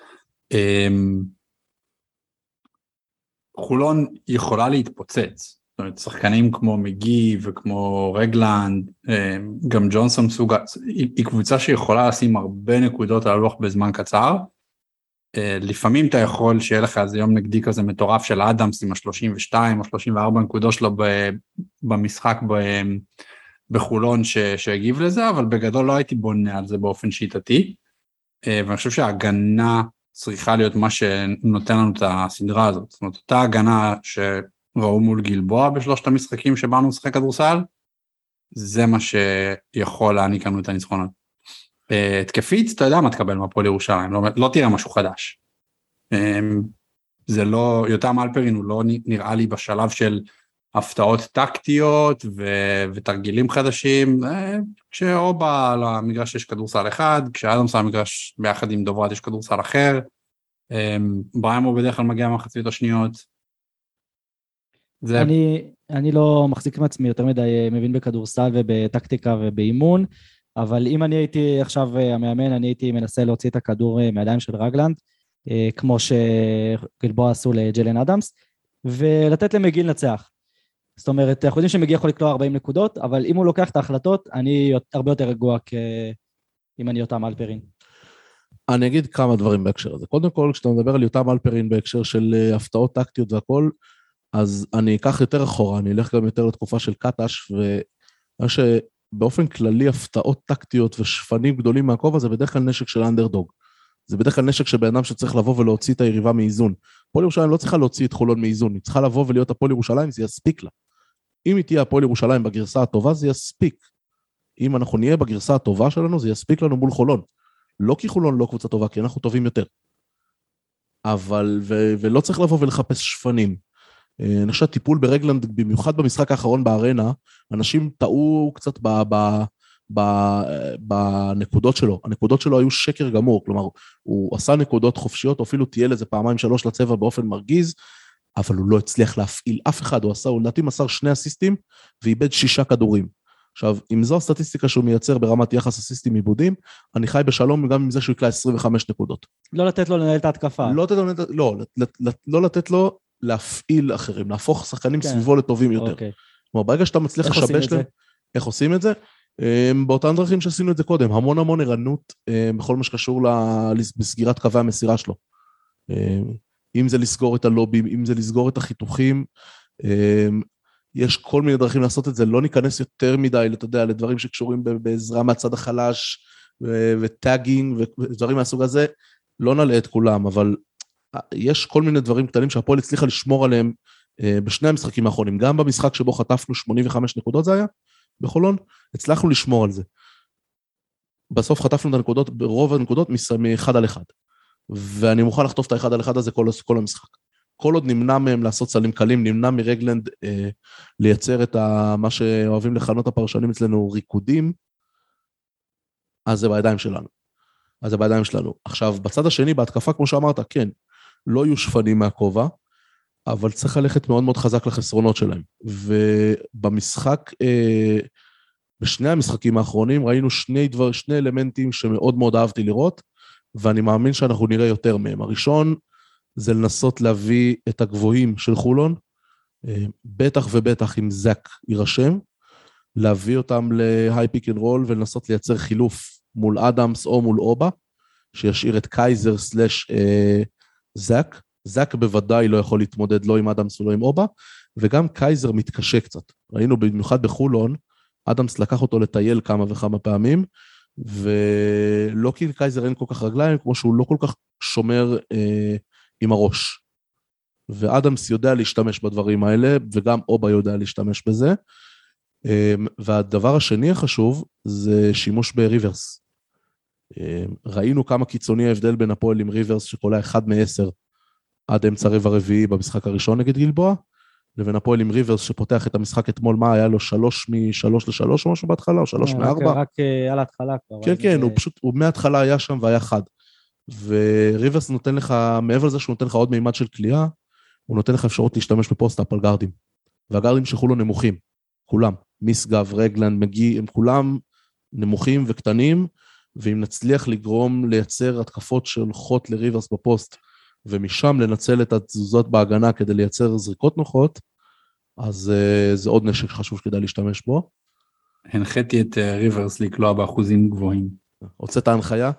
חולון יכולה להתפוצץ. זאת אומרת, שחקנים כמו מגי וכמו רגלנד, גם ג'ונסון סוג, היא קבוצה שיכולה לשים הרבה נקודות על הלוח בזמן קצר. לפעמים אתה יכול שיהיה לך איזה יום נגדי כזה מטורף של אדמס עם ה-32 או 34 נקודות שלו במשחק בחולון שהגיב לזה, אבל בגדול לא הייתי בונה על זה באופן שיטתי, ואני חושב שההגנה צריכה להיות מה שנותן לנו את הסדרה הזאת. זאת אומרת, אותה הגנה שראו מול גלבוע בשלושת המשחקים שבאנו לשחק כדורסל, זה מה שיכול להעניק לנו את הניצחונות. התקפית, אתה יודע מה תקבל מהפועל ירושלים, לא תראה משהו חדש. זה לא, יותם אלפרין הוא לא נראה לי בשלב של הפתעות טקטיות ותרגילים חדשים, כשאו למגרש יש כדורסל אחד, כשאדמס המגרש ביחד עם דוברת יש כדורסל אחר, בריימו בדרך כלל מגיע מהחציות השניות. אני לא מחזיק מעצמי יותר מדי מבין בכדורסל ובטקטיקה ובאימון, אבל אם אני הייתי עכשיו המאמן, אני הייתי מנסה להוציא את הכדור מהידיים של רגלנד, כמו שגלבוע עשו לג'לן אדמס, ולתת למגיל לנצח. זאת אומרת, אנחנו יודעים שמגיע יכול לקלוע 40 נקודות, אבל אם הוא לוקח את ההחלטות, אני הרבה יותר רגוע אם אני יותם אלפרין. אני אגיד כמה דברים בהקשר הזה. קודם כל, כשאתה מדבר על יותם אלפרין בהקשר של הפתעות טקטיות והכל, אז אני אקח יותר אחורה, אני אלך גם יותר לתקופה של קטש, ומה שבאופן כללי הפתעות טקטיות ושפנים גדולים מהכובע, זה בדרך כלל נשק של אנדרדוג. זה בדרך כלל נשק שבן אדם שצריך לבוא ולהוציא את היריבה מאיזון. הפועל ירושלים לא צריכה להוציא את חולון מאיזון, היא צריכה לבוא ולהיות הפועל ירושלים, זה יספיק לה. אם היא תהיה הפועל ירושלים בגרסה הטובה, זה יספיק. אם אנחנו נהיה בגרסה הטובה שלנו, זה יספיק לנו מול חולון. לא כי חולון לא קבוצה טובה, כי אנחנו טובים יותר. אבל, ולא צריך לבוא ולחפש שפנים. אני חושב שהטיפול ברגלנד, במיוחד במשחק האחרון בארנה, אנשים טעו קצת בנקודות שלו. הנקודות שלו היו שקר גמור, כלומר, הוא עשה נקודות חופשיות, או אפילו תהיה לזה 2-3 לצבע באופן מרגיז, אבל הוא לא הצליח להפעיל אף אחד, הוא לדעתי מסר 2 אסיסטים, ואיבד 6 כדורים. עכשיו, אם זו הסטטיסטיקה שהוא מייצר ברמת יחס אסיסטים עיבודים, אני חי בשלום גם עם זה שהוא יקלע 25 נקודות. לא לתת לו לנהל את ההתקפה. לא לתת לו להפעיל אחרים, להפוך שחקנים סביבו לטובים יותר. כלומר, ברגע שאתה מצליח לשבש להם, איך עושים את זה? באותן דרכים שעשינו את זה קודם, המון ערנות בכל מה שקשור בסגירת קווי המסירה שלו. אם זה לסגור את הלובים, אם זה לסגור את החיתוכים, יש כל מיני דרכים לעשות את זה, לא ניכנס יותר מדי, אתה יודע, לדברים שקשורים בעזרה מהצד החלש, וטאגינג, ודברים מהסוג הזה, לא נעלה את כולם, אבל יש כל מיני דברים קטנים שהפועל הצליחה לשמור עליהם בשני המשחקים האחרונים, גם במשחק שבו חטפנו 85 נקודות זה היה, בחולון, הצלחנו לשמור על זה. בסוף חטפנו את הנקודות, ברוב הנקודות מ1 על 1, ואני מוכן לחטוף את ה1 על 1 הזה כל המשחק. כל עוד נמנע מהם לעשות סלים קלים, נמנע מרגלנד לייצר את מה שאוהבים לכנות הפרשנים אצלנו ריקודים, אז זה בידיים שלנו. עכשיו, בצד השני, בהתקפה, כמו שאמרת, כן, לא יהיו שפנים מהכובע, אבל צריך ללכת מאוד מאוד חזק לחסרונות שלהם. ובמשחק, בשני המשחקים האחרונים, ראינו שני אלמנטים שמאוד מאוד אהבתי לראות, ואני מאמין שאנחנו נראה יותר מהם. הראשון, זה לנסות להביא את הגבוהים של חולון, בטח ובטח אם זק יירשם, להביא אותם להיי פיק אנד רול, ולנסות לייצר חילוף מול אדמס או מול אובה, שישאיר את קייזר סלש זק. זק בוודאי לא יכול להתמודד לא עם אדמס ולא עם אובה, וגם קייזר מתקשה קצת. ראינו במיוחד בחולון, אדמס לקח אותו לטייל כמה וכמה פעמים, ולא כי קייזר אין כל כך רגליים, כמו שהוא לא כל כך שומר עם הראש. ואדמס יודע להשתמש בדברים האלה, וגם אובה יודע להשתמש בזה. והדבר השני החשוב, זה שימוש בריברס. ראינו כמה קיצוני ההבדל בין הפועל עם ריברס, שכל היה 1 מ-10, עד אמצע רבע רביעי במשחק הראשון נגד גלבוע, לבין הפועל עם ריברס שפותח את המשחק אתמול, מה היה לו 3 מ-3 ל-3 או משהו בהתחלה, או 3 מ-4? רק על ההתחלה כבר. כן, כן, הוא מההתחלה היה שם והיה חד. וריברס נותן לך, מעבר לזה שהוא נותן לך עוד מימד של קליעה, הוא נותן לך אפשרות להשתמש בפוסט-אפ על גרדים. והגרדים שחולו נמוכים, כולם. מיסגב, רגלנד, מגי, הם כולם נמוכים וקטנים, ואם נצליח לגרום לייצר התקפות שהולכות לריברס בפוסט, ומשם לנצל את התזוזות בהגנה כדי לייצר זריקות נוחות, אז זה עוד נשק חשוב שכדאי להשתמש בו. הנחיתי את ריברס לקלוע באחוזים גבוהים. הוצאת ההנחיה?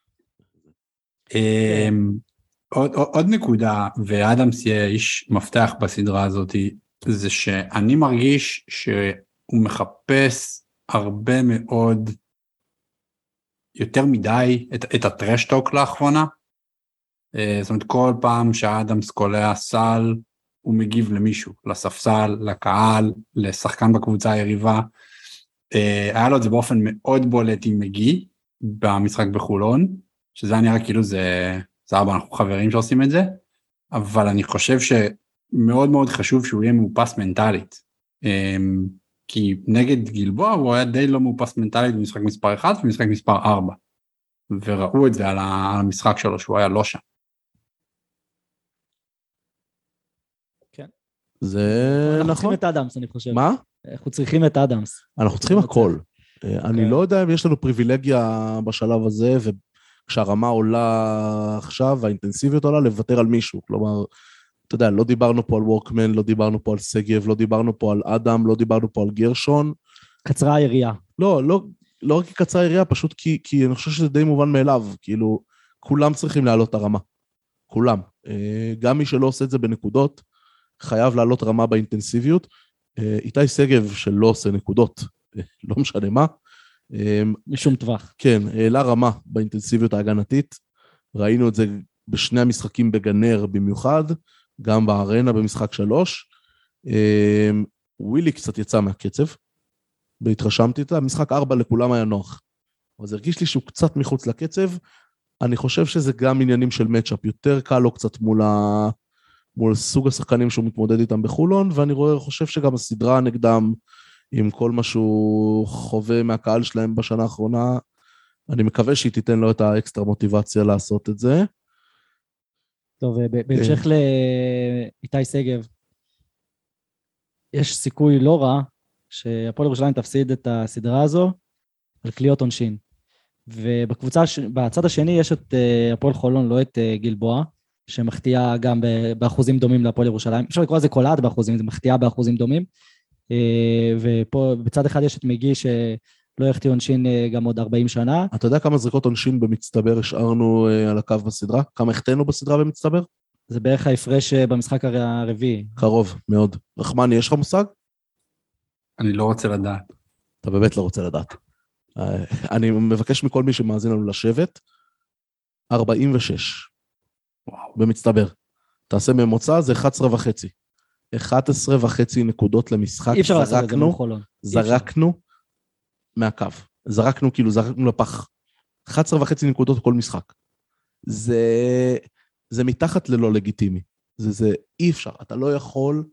עוד נקודה, ואדמס יהיה איש מפתח בסדרה הזאת, זה שאני מרגיש שהוא מחפש הרבה מאוד, יותר מדי, את הטרשטוק לאחרונה. זאת אומרת, כל פעם שהאדמס קולע סל, הוא מגיב למישהו, לספסל, לקהל, לשחקן בקבוצה היריבה. היה לו את זה באופן מאוד בולט עם מגי, במשחק בחולון, שזה נראה כאילו זה ארבע, אנחנו חברים שעושים את זה, אבל אני חושב שמאוד מאוד חשוב שהוא יהיה מאופס מנטלית, כי נגד גלבוע הוא היה די לא מאופס מנטלית במשחק מספר 1 ובמשחק מספר 4, וראו את זה על המשחק שלו שהוא היה לא שם. כן. זה נכון. אנחנו צריכים את אדמס, אני חושב. מה? אנחנו צריכים את אדמס. אנחנו צריכים הכל. אני לא יודע אם יש לנו פריבילגיה בשלב הזה, וכשהרמה עולה עכשיו, האינטנסיביות עולה, לוותר על מישהו. כלומר, אתה יודע, לא דיברנו פה על וורקמן, לא דיברנו פה על סגב, לא דיברנו פה על אדם, לא דיברנו פה על גרשון. קצרה היריעה. לא רק קצרה היריעה, פשוט כי אני חושב שזה די מובן מאליו. כאילו, כולם צריכים לעלות את הרמה. כולם. גם מי שלא עושה את זה בנקודות, חייב לעלות רמה באינטנסיביות. איתי סגב שלא עושה נקודות, לא משנה מה. משום טווח. כן, העלה רמה באינטנסיביות ההגנתית. ראינו את זה בשני המשחקים בגנר במיוחד, גם בארנה במשחק 3. ווילי קצת יצא מהקצב, והתרשמתי את המשחק 4 לכולם היה נוח. אבל זה הרגיש לי שהוא קצת מחוץ לקצב. אני חושב שזה גם עניינים של מצ'אפ, יותר קל לו קצת מול סוג השחקנים שהוא מתמודד איתם בחולון, ואני חושב שגם הסדרה נגדם, עם כל מה שהוא חווה מהקהל שלהם בשנה האחרונה, אני מקווה שהיא תיתן לו את האקסטרה מוטיבציה לעשות את זה. טוב, בהמשך לאיתי סגב, יש סיכוי לא רע, שהפועל ירושלים תפסיד את הסדרה הזו, על קליעות עונשין. ובצד השני יש את הפועל חולון, לא את גלבוע, שמחטיאה גם באחוזים דומים להפועל ירושלים. אפשר לקרוא לזה קולעת באחוזים, זה מחטיאה באחוזים דומים. ופה בצד אחד יש את מגי שלא יחטיא עונשין גם עוד 40 שנה. אתה יודע כמה זריקות עונשין במצטבר השארנו על הקו בסדרה? כמה החטאנו בסדרה במצטבר? זה בערך ההפרש במשחק הרביעי. קרוב, מאוד. רחמני, יש לך מושג? אני לא רוצה לדעת. אתה באמת לא רוצה לדעת. אני מבקש מכל מי שמאזין לנו לשבת, 46. וואו. במצטבר. תעשה ממוצע, זה 11.5. 11.5 נקודות למשחק. אי אפשר לעשות את זה מחולון. זרקנו מהקו. זרקנו לפח. 11.5 נקודות כל משחק. זה מתחת ללא לגיטימי. זה אי אפשר. אתה לא יכול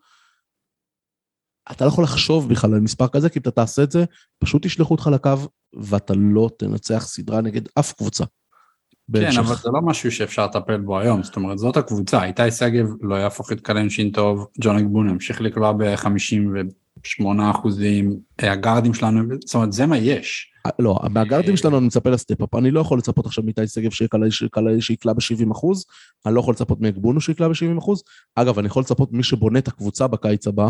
לחשוב בכלל על מספר כזה, כי אתה תעשה את זה, פשוט תשלחו אותך לקו, ואתה לא תנצח סדרה נגד אף קבוצה. כן, אבל זה לא משהו שאפשר לטפל בו היום, זאת אומרת, זאת הקבוצה, איתי סגב לא יהפוך את קלנשין טוב, ג'ון אגבון המשיך לקלוע ב-58%, הגארדים שלנו, זאת אומרת, זה מה יש. לא, מהגארדים שלנו אני מצפה לסטפ-אפ, אני לא יכול לצפות עכשיו מאיתי סגב שיקלע ב-70%, אני לא יכול לצפות מאגבונו שיקלע ב-70%, אגב, אני יכול לצפות מי שבונה את הקבוצה בקיץ הבא,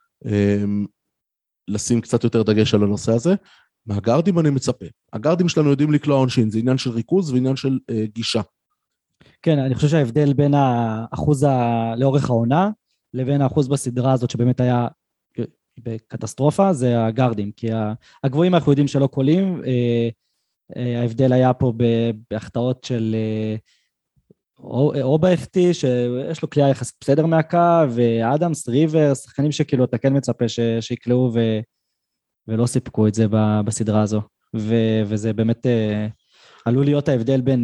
לשים קצת יותר דגש על הנושא הזה, מהגארדים אני מצפה. הגארדים שלנו יודעים לקלוע עונשין, זה עניין של ריכוז ועניין של גישה. כן, אני חושב שההבדל בין האחוז לאורך העונה, לבין האחוז בסדרה הזאת שבאמת היה בקטסטרופה, זה הגארדים, כי הגבוהים אנחנו יודעים שלא קולים, ההבדל היה פה בהחטאות של או ב-FT, שיש לו קליעה יחסית בסדר מהקו, ואדמס, ריבר, שחקנים שכאילו אתה כן מצפה שיקלעו ולא סיפקו את זה בסדרה הזו, וזה באמת עלול להיות ההבדל בין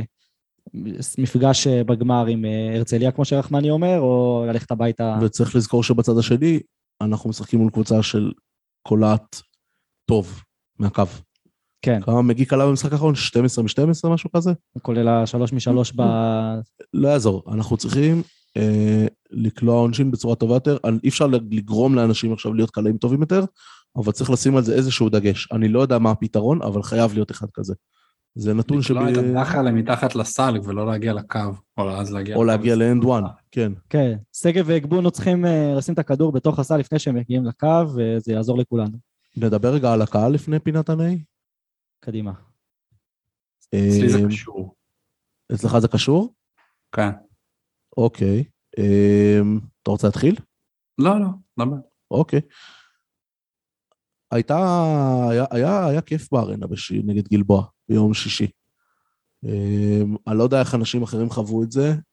מפגש בגמר עם הרצליה, כמו שרחמני אומר, או ללכת הביתה. וצריך לזכור שבצד השני, אנחנו משחקים מול קבוצה של קולעת טוב מהקו. כן. כמה מגי קלה במשחק האחרון? 12 מ-12, משהו כזה? כולל ה3 מ-3 לא יעזור, אנחנו צריכים לקלוע עונשין בצורה טובה יותר, אי אפשר לגרום לאנשים עכשיו להיות קלעים טובים יותר, אבל צריך לשים על זה איזשהו דגש. אני לא יודע מה הפתרון, אבל חייב להיות אחד כזה. זה נתון לקלוע את הדחה למתחת לסל, ולא להגיע לקו, או להגיע לאנד וואן, כן. כן, סגב והגבונו צריכים לשים את הכדור בתוך הסל לפני שהם מגיעים לקו, וזה יעזור לכולנו. נדבר רגע על הקהל לפני פינת הנאי? קדימה. אצלי זה קשור. אצלך זה קשור? כן. אוקיי. אתה רוצה להתחיל? לא. אוקיי. היה כיף בארנה נגד גלבוע ביום שישי. אני לא יודע איך אנשים אחרים חוו את זה.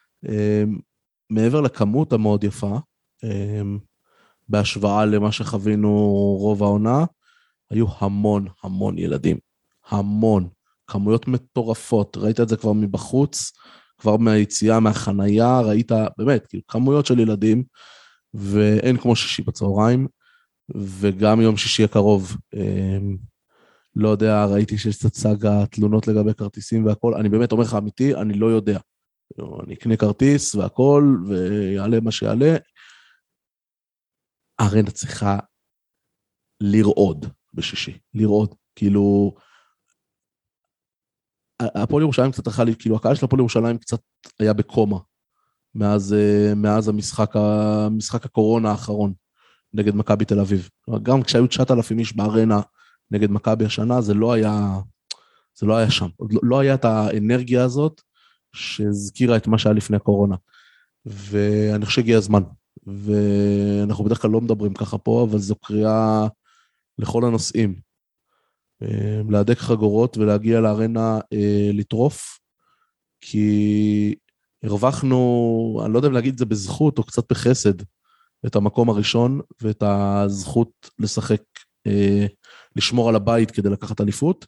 מעבר לכמות המאוד יפה, בהשוואה למה שחווינו רוב העונה, היו המון ילדים. המון. כמויות מטורפות. ראית את זה כבר מבחוץ, כבר מהיציאה, מהחנייה, ראית באמת, כאילו, כמויות של ילדים, ואין כמו שישי בצהריים, וגם יום שישי הקרוב, לא יודע, ראיתי שיש קצת סאגה, תלונות לגבי כרטיסים והכל, אני באמת אומר לך אמיתי, אני לא יודע. אני אקנה כרטיס והכל, ויעלה מה שיעלה. הארנה צריכה לרעוד בשישי, לרעוד, כאילו, הפועל ירושלים קצת אחלה, כאילו, הקהל של הפועל ירושלים קצת היה בקומה, מאז המשחק הקורונה האחרון, נגד מכבי תל אביב. גם כשהיו 9,000 איש בארנה נגד מכבי השנה, זה לא היה שם. לא היה את האנרגיה הזאת שהזכירה את מה שהיה לפני הקורונה. ואני חושב שהגיע הזמן. ואנחנו בדרך כלל לא מדברים ככה פה, אבל זו קריאה לכל הנושאים. להדק חגורות ולהגיע לארנה לטרוף, כי הרווחנו, אני לא יודע אם להגיד את זה בזכות או קצת בחסד, את המקום הראשון, ואת הזכות לשחק, לשמור על הבית כדי לקחת אליפות,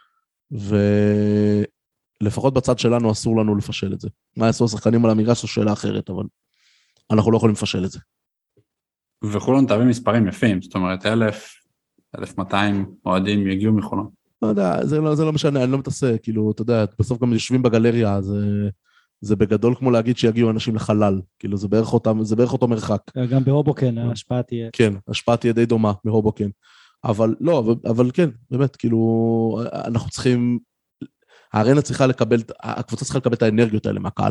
ולפחות בצד שלנו אסור לנו לפשל את זה. מה יעשו השחקנים על המגרש זו שאלה אחרת, אבל אנחנו לא יכולים לפשל את זה. וחולון תביא מספרים יפים, זאת אומרת 1,200 אוהדים יגיעו מחולון. לא יודע, זה לא משנה, אני לא מתעסק, כאילו, אתה יודע, בסוף גם יושבים בגלריה, זה בגדול כמו להגיד שיגיעו אנשים לחלל, כאילו זה בערך אותו מרחק. גם בהובוקן, ההשפעה תהיה. כן, ההשפעה תהיה די דומה בהובוקן. אבל לא, אבל כן, באמת, כאילו, אנחנו צריכים, הארנה צריכה לקבל, הקבוצה צריכה לקבל את האנרגיות האלה מהקהל.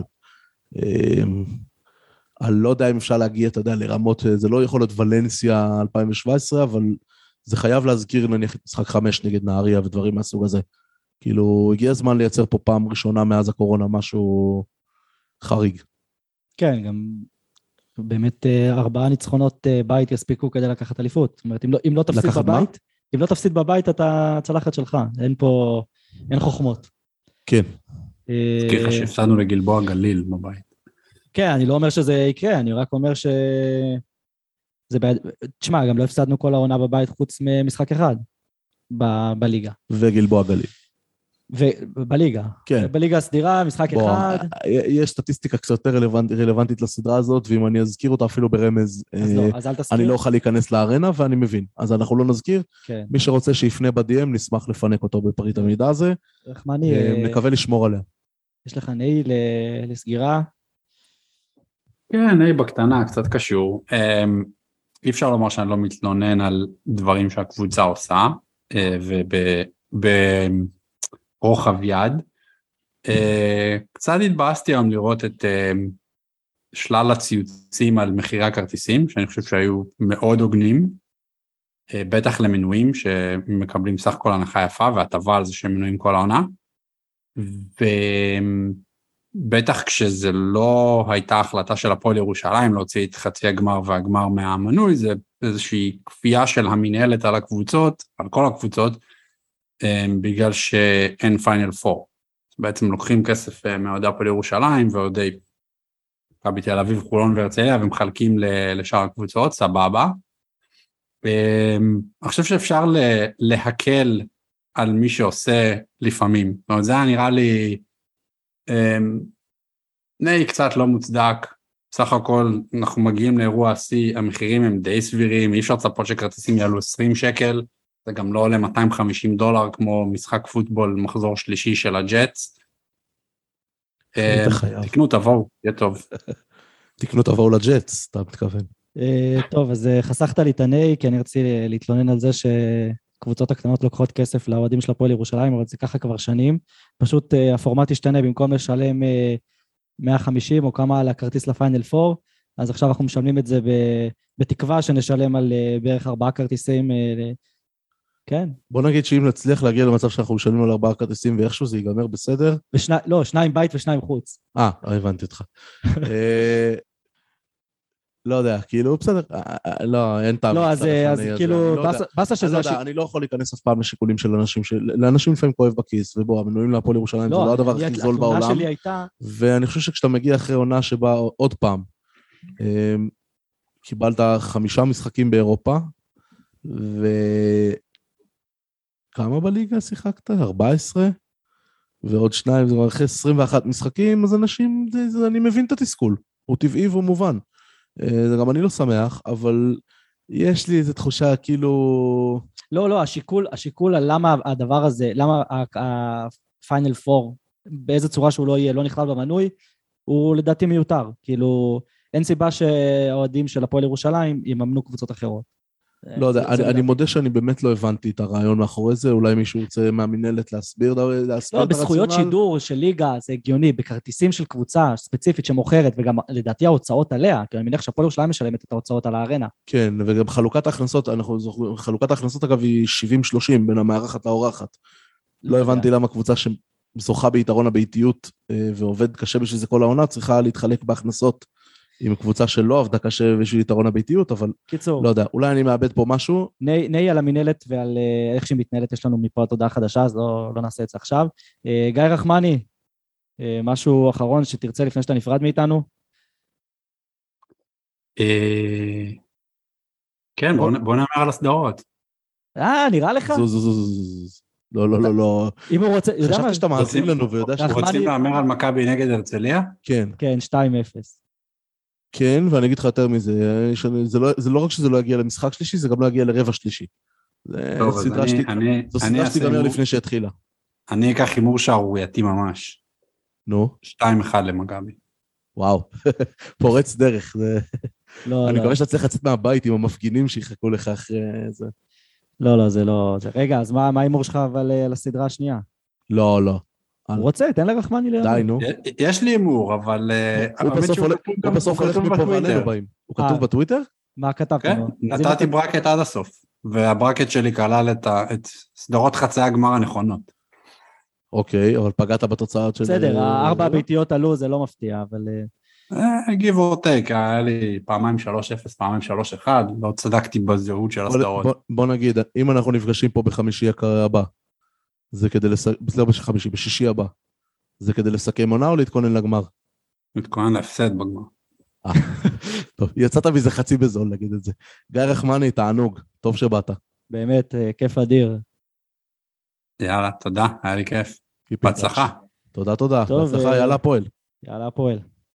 אני לא יודע אם אפשר להגיע, אתה יודע, לרמות, זה לא יכול להיות ולנסיה 2017, אבל זה חייב להזכיר, נניח, משחק 5 נגד נהריה ודברים מהסוג הזה. כאילו, הגיע הזמן לייצר פה פעם ראשונה מאז הקורונה משהו חריג. כן, גם באמת 4 ניצחונות בית יספיקו כדי לקחת אליפות. זאת אומרת, אם לא תפסיד בבית, אתה צלחת שלך. אין חוכמות. כן. תזכיר לך שהפסדנו לגלבוע גליל בבית. כן, אני לא אומר שזה יקרה, אני רק אומר תשמע, גם לא הפסדנו כל העונה בבית חוץ ממשחק אחד בליגה. וגלבוע גליל. ובליגה. כן. בליגה הסדירה, משחק אחד. יש סטטיסטיקה קצת יותר רלוונטית לסדרה הזאת, ואם אני אזכיר אותה אפילו ברמז, אז אל תזכיר. אני לא אוכל להיכנס לארנה, ואני מבין. אז אנחנו לא נזכיר. כן. מי שרוצה שיפנה ב-DM, נשמח לפנק אותו בפריט המידע הזה. רחמני. נקווה לשמור עליה. יש לך נאי לסגירה? כן, נאי בקטנה, קצת קשור. אי אפשר לומר שאני לא מתלונן על דברים שהקבוצה עושה, רוחב יד. קצת התבאסתי היום לראות את שלל הציוצים על מחירי הכרטיסים, שאני חושב שהיו מאוד הוגנים, בטח למנויים שמקבלים סך כל הנחה יפה, והטבה על זה שהם מנויים כל העונה. בטח כשזה לא הייתה החלטה של הפועל ירושלים להוציא את חצי הגמר והגמר מהמנוי, זה איזושהי כפייה של המנהלת על הקבוצות, על כל הקבוצות, בגלל שאין פיינל פור. בעצם לוקחים כסף מאוהדי הפועל ירושלים ואוהדי מכבי תל אביב, חולון והרצליה, ומחלקים לשאר הקבוצות, סבבה. אני חושב שאפשר להקל על מי שעושה לפעמים. זאת אומרת, זה היה נראה לי קצת לא מוצדק. סך הכל אנחנו מגיעים לאירוע C, המחירים הם די סבירים, אי אפשר לצפות שכרטיסים יעלו 20 שקל, זה גם לא עולה $250 כמו משחק פוטבול מחזור שלישי של הג'טס. תקנו, תבואו, יהיה טוב. תקנו, תבואו לג'טס, אתה מתכוון. טוב, אז חסכת לי את הנאי, כי אני רציתי להתלונן על זה שקבוצות הקטנות לוקחות כסף לאוהדים של הפועל ירושלים, אבל זה ככה כבר שנים. פשוט הפורמט ישתנה, במקום לשלם 150 או כמה על הכרטיס לפיינל 4, אז עכשיו אנחנו משלמים את זה בתקווה שנשלם על בערך 4 כרטיסים. כן. בוא נגיד שאם נצליח להגיע למצב שאנחנו משלמים על 4 כרטיסים ואיכשהו זה ייגמר בסדר. לא, 2 בית ו2 חוץ. הבנתי אותך. לא יודע, כאילו, בסדר, לא, אין טעם. לא, אז כאילו, בסה שזה... אני לא יכול להיכנס אף פעם לשיקולים של אנשים, לאנשים לפעמים כואב בכיס, ובוא, המנויים להפועל ירושלים, זה לא הדבר הכי זול בעולם, ואני חושב שכשאתה מגיע אחרי עונה שבה עוד פעם, קיבלת 5 משחקים באירופה, וכמה בליגה שיחקת? 14? ועוד 2, זה אחרי 21 משחקים, אז אנשים, אני מבין את התסכול, הוא טבעי והוא מובן. זה גם אני לא שמח, אבל יש לי איזו תחושה כאילו... לא, השיקול על למה הדבר הזה, למה הפיינל פור, באיזה צורה שהוא לא יהיה, לא נכלל במנוי, הוא לדעתי מיותר. כאילו, אין סיבה שהאוהדים של הפועל ירושלים יממנו קבוצות אחרות. לא יודע, אני מודה שאני באמת לא הבנתי את הרעיון מאחורי זה, אולי מישהו יוצא מהמנהלת להסביר את הרציונל. לא, בזכויות שידור של ליגה זה הגיוני, בכרטיסים של קבוצה ספציפית שמוכרת, וגם לדעתי ההוצאות עליה, כי אני מניח שהפועל ירושלים משלמת את ההוצאות על הארנה. כן, וגם חלוקת ההכנסות, חלוקת ההכנסות אגב היא 70-30 בין המארחת לאורחת. לא הבנתי למה קבוצה שזוכה ביתרון הביתיות ועובד קשה בשביל זה כל העונה, צריכה להתחלק בהכנסות עם קבוצה שלא עבדה קשה בשביל יתרון הביתיות, אבל קיצור. לא יודע, אולי אני מאבד פה משהו. נאי על המנהלת ועל איך שהיא מתנהלת, יש לנו מפה תודה חדשה, אז לא נעשה את זה עכשיו. גיא רחמני, משהו אחרון שתרצה לפני שאתה נפרד מאיתנו? כן, בוא נאמר על הסדרות. נראה לך? לא. אם הוא רוצה, חשבתי שאתה מאזין לנו ויודע שאתה רוצים לאמר על מכבי נגד הרצליה? כן. כן, 2-0. כן, ואני אגיד לך יותר מזה, זה לא רק שזה לא יגיע למשחק שלישי, זה גם לא יגיע לרבע שלישי. זו סדרה שתיגמר לפני שהתחילה. אני אקח הימור שערורייתי ממש. נו? 2-1 למכבי. וואו, פורץ דרך. אני מקווה שאתה צריך לצאת מהבית עם המפגינים שיחכו לך אחרי זה. לא, זה לא... רגע, אז מה ההימור שלך אבל על הסדרה השנייה? לא. הוא רוצה, תן לרחמני להימור. די, נו. יש לי הימור, אבל... הוא בסוף הולך מפה ועלינו באים. הוא כתוב בטוויטר? מה כתבת? כן, נתתי ברקט עד הסוף, והברקט שלי כלל את סדרות חצי הגמר הנכונות. אוקיי, אבל פגעת בתוצאות של... בסדר, 4 ביתיות עלו, זה לא מפתיע, אבל... give or take, היה לי פעמיים 3-0, פעמיים 3-1, לא צדקתי בזהות של הסדרות. בוא נגיד, אם אנחנו נפגשים פה בחמישי הבא, זה כדי בשישי הבא. זה כדי לסכם עונה או להתכונן לגמר? להתכונן להפסד בגמר. טוב, יצאת מזה חצי בזול, נגיד את זה. גיא רחמני, תענוג, טוב שבאת. באמת, כיף אדיר. יאללה, תודה, היה לי כיף. בהצלחה. תודה. בהצלחה, יאללה הפועל. יאללה הפועל.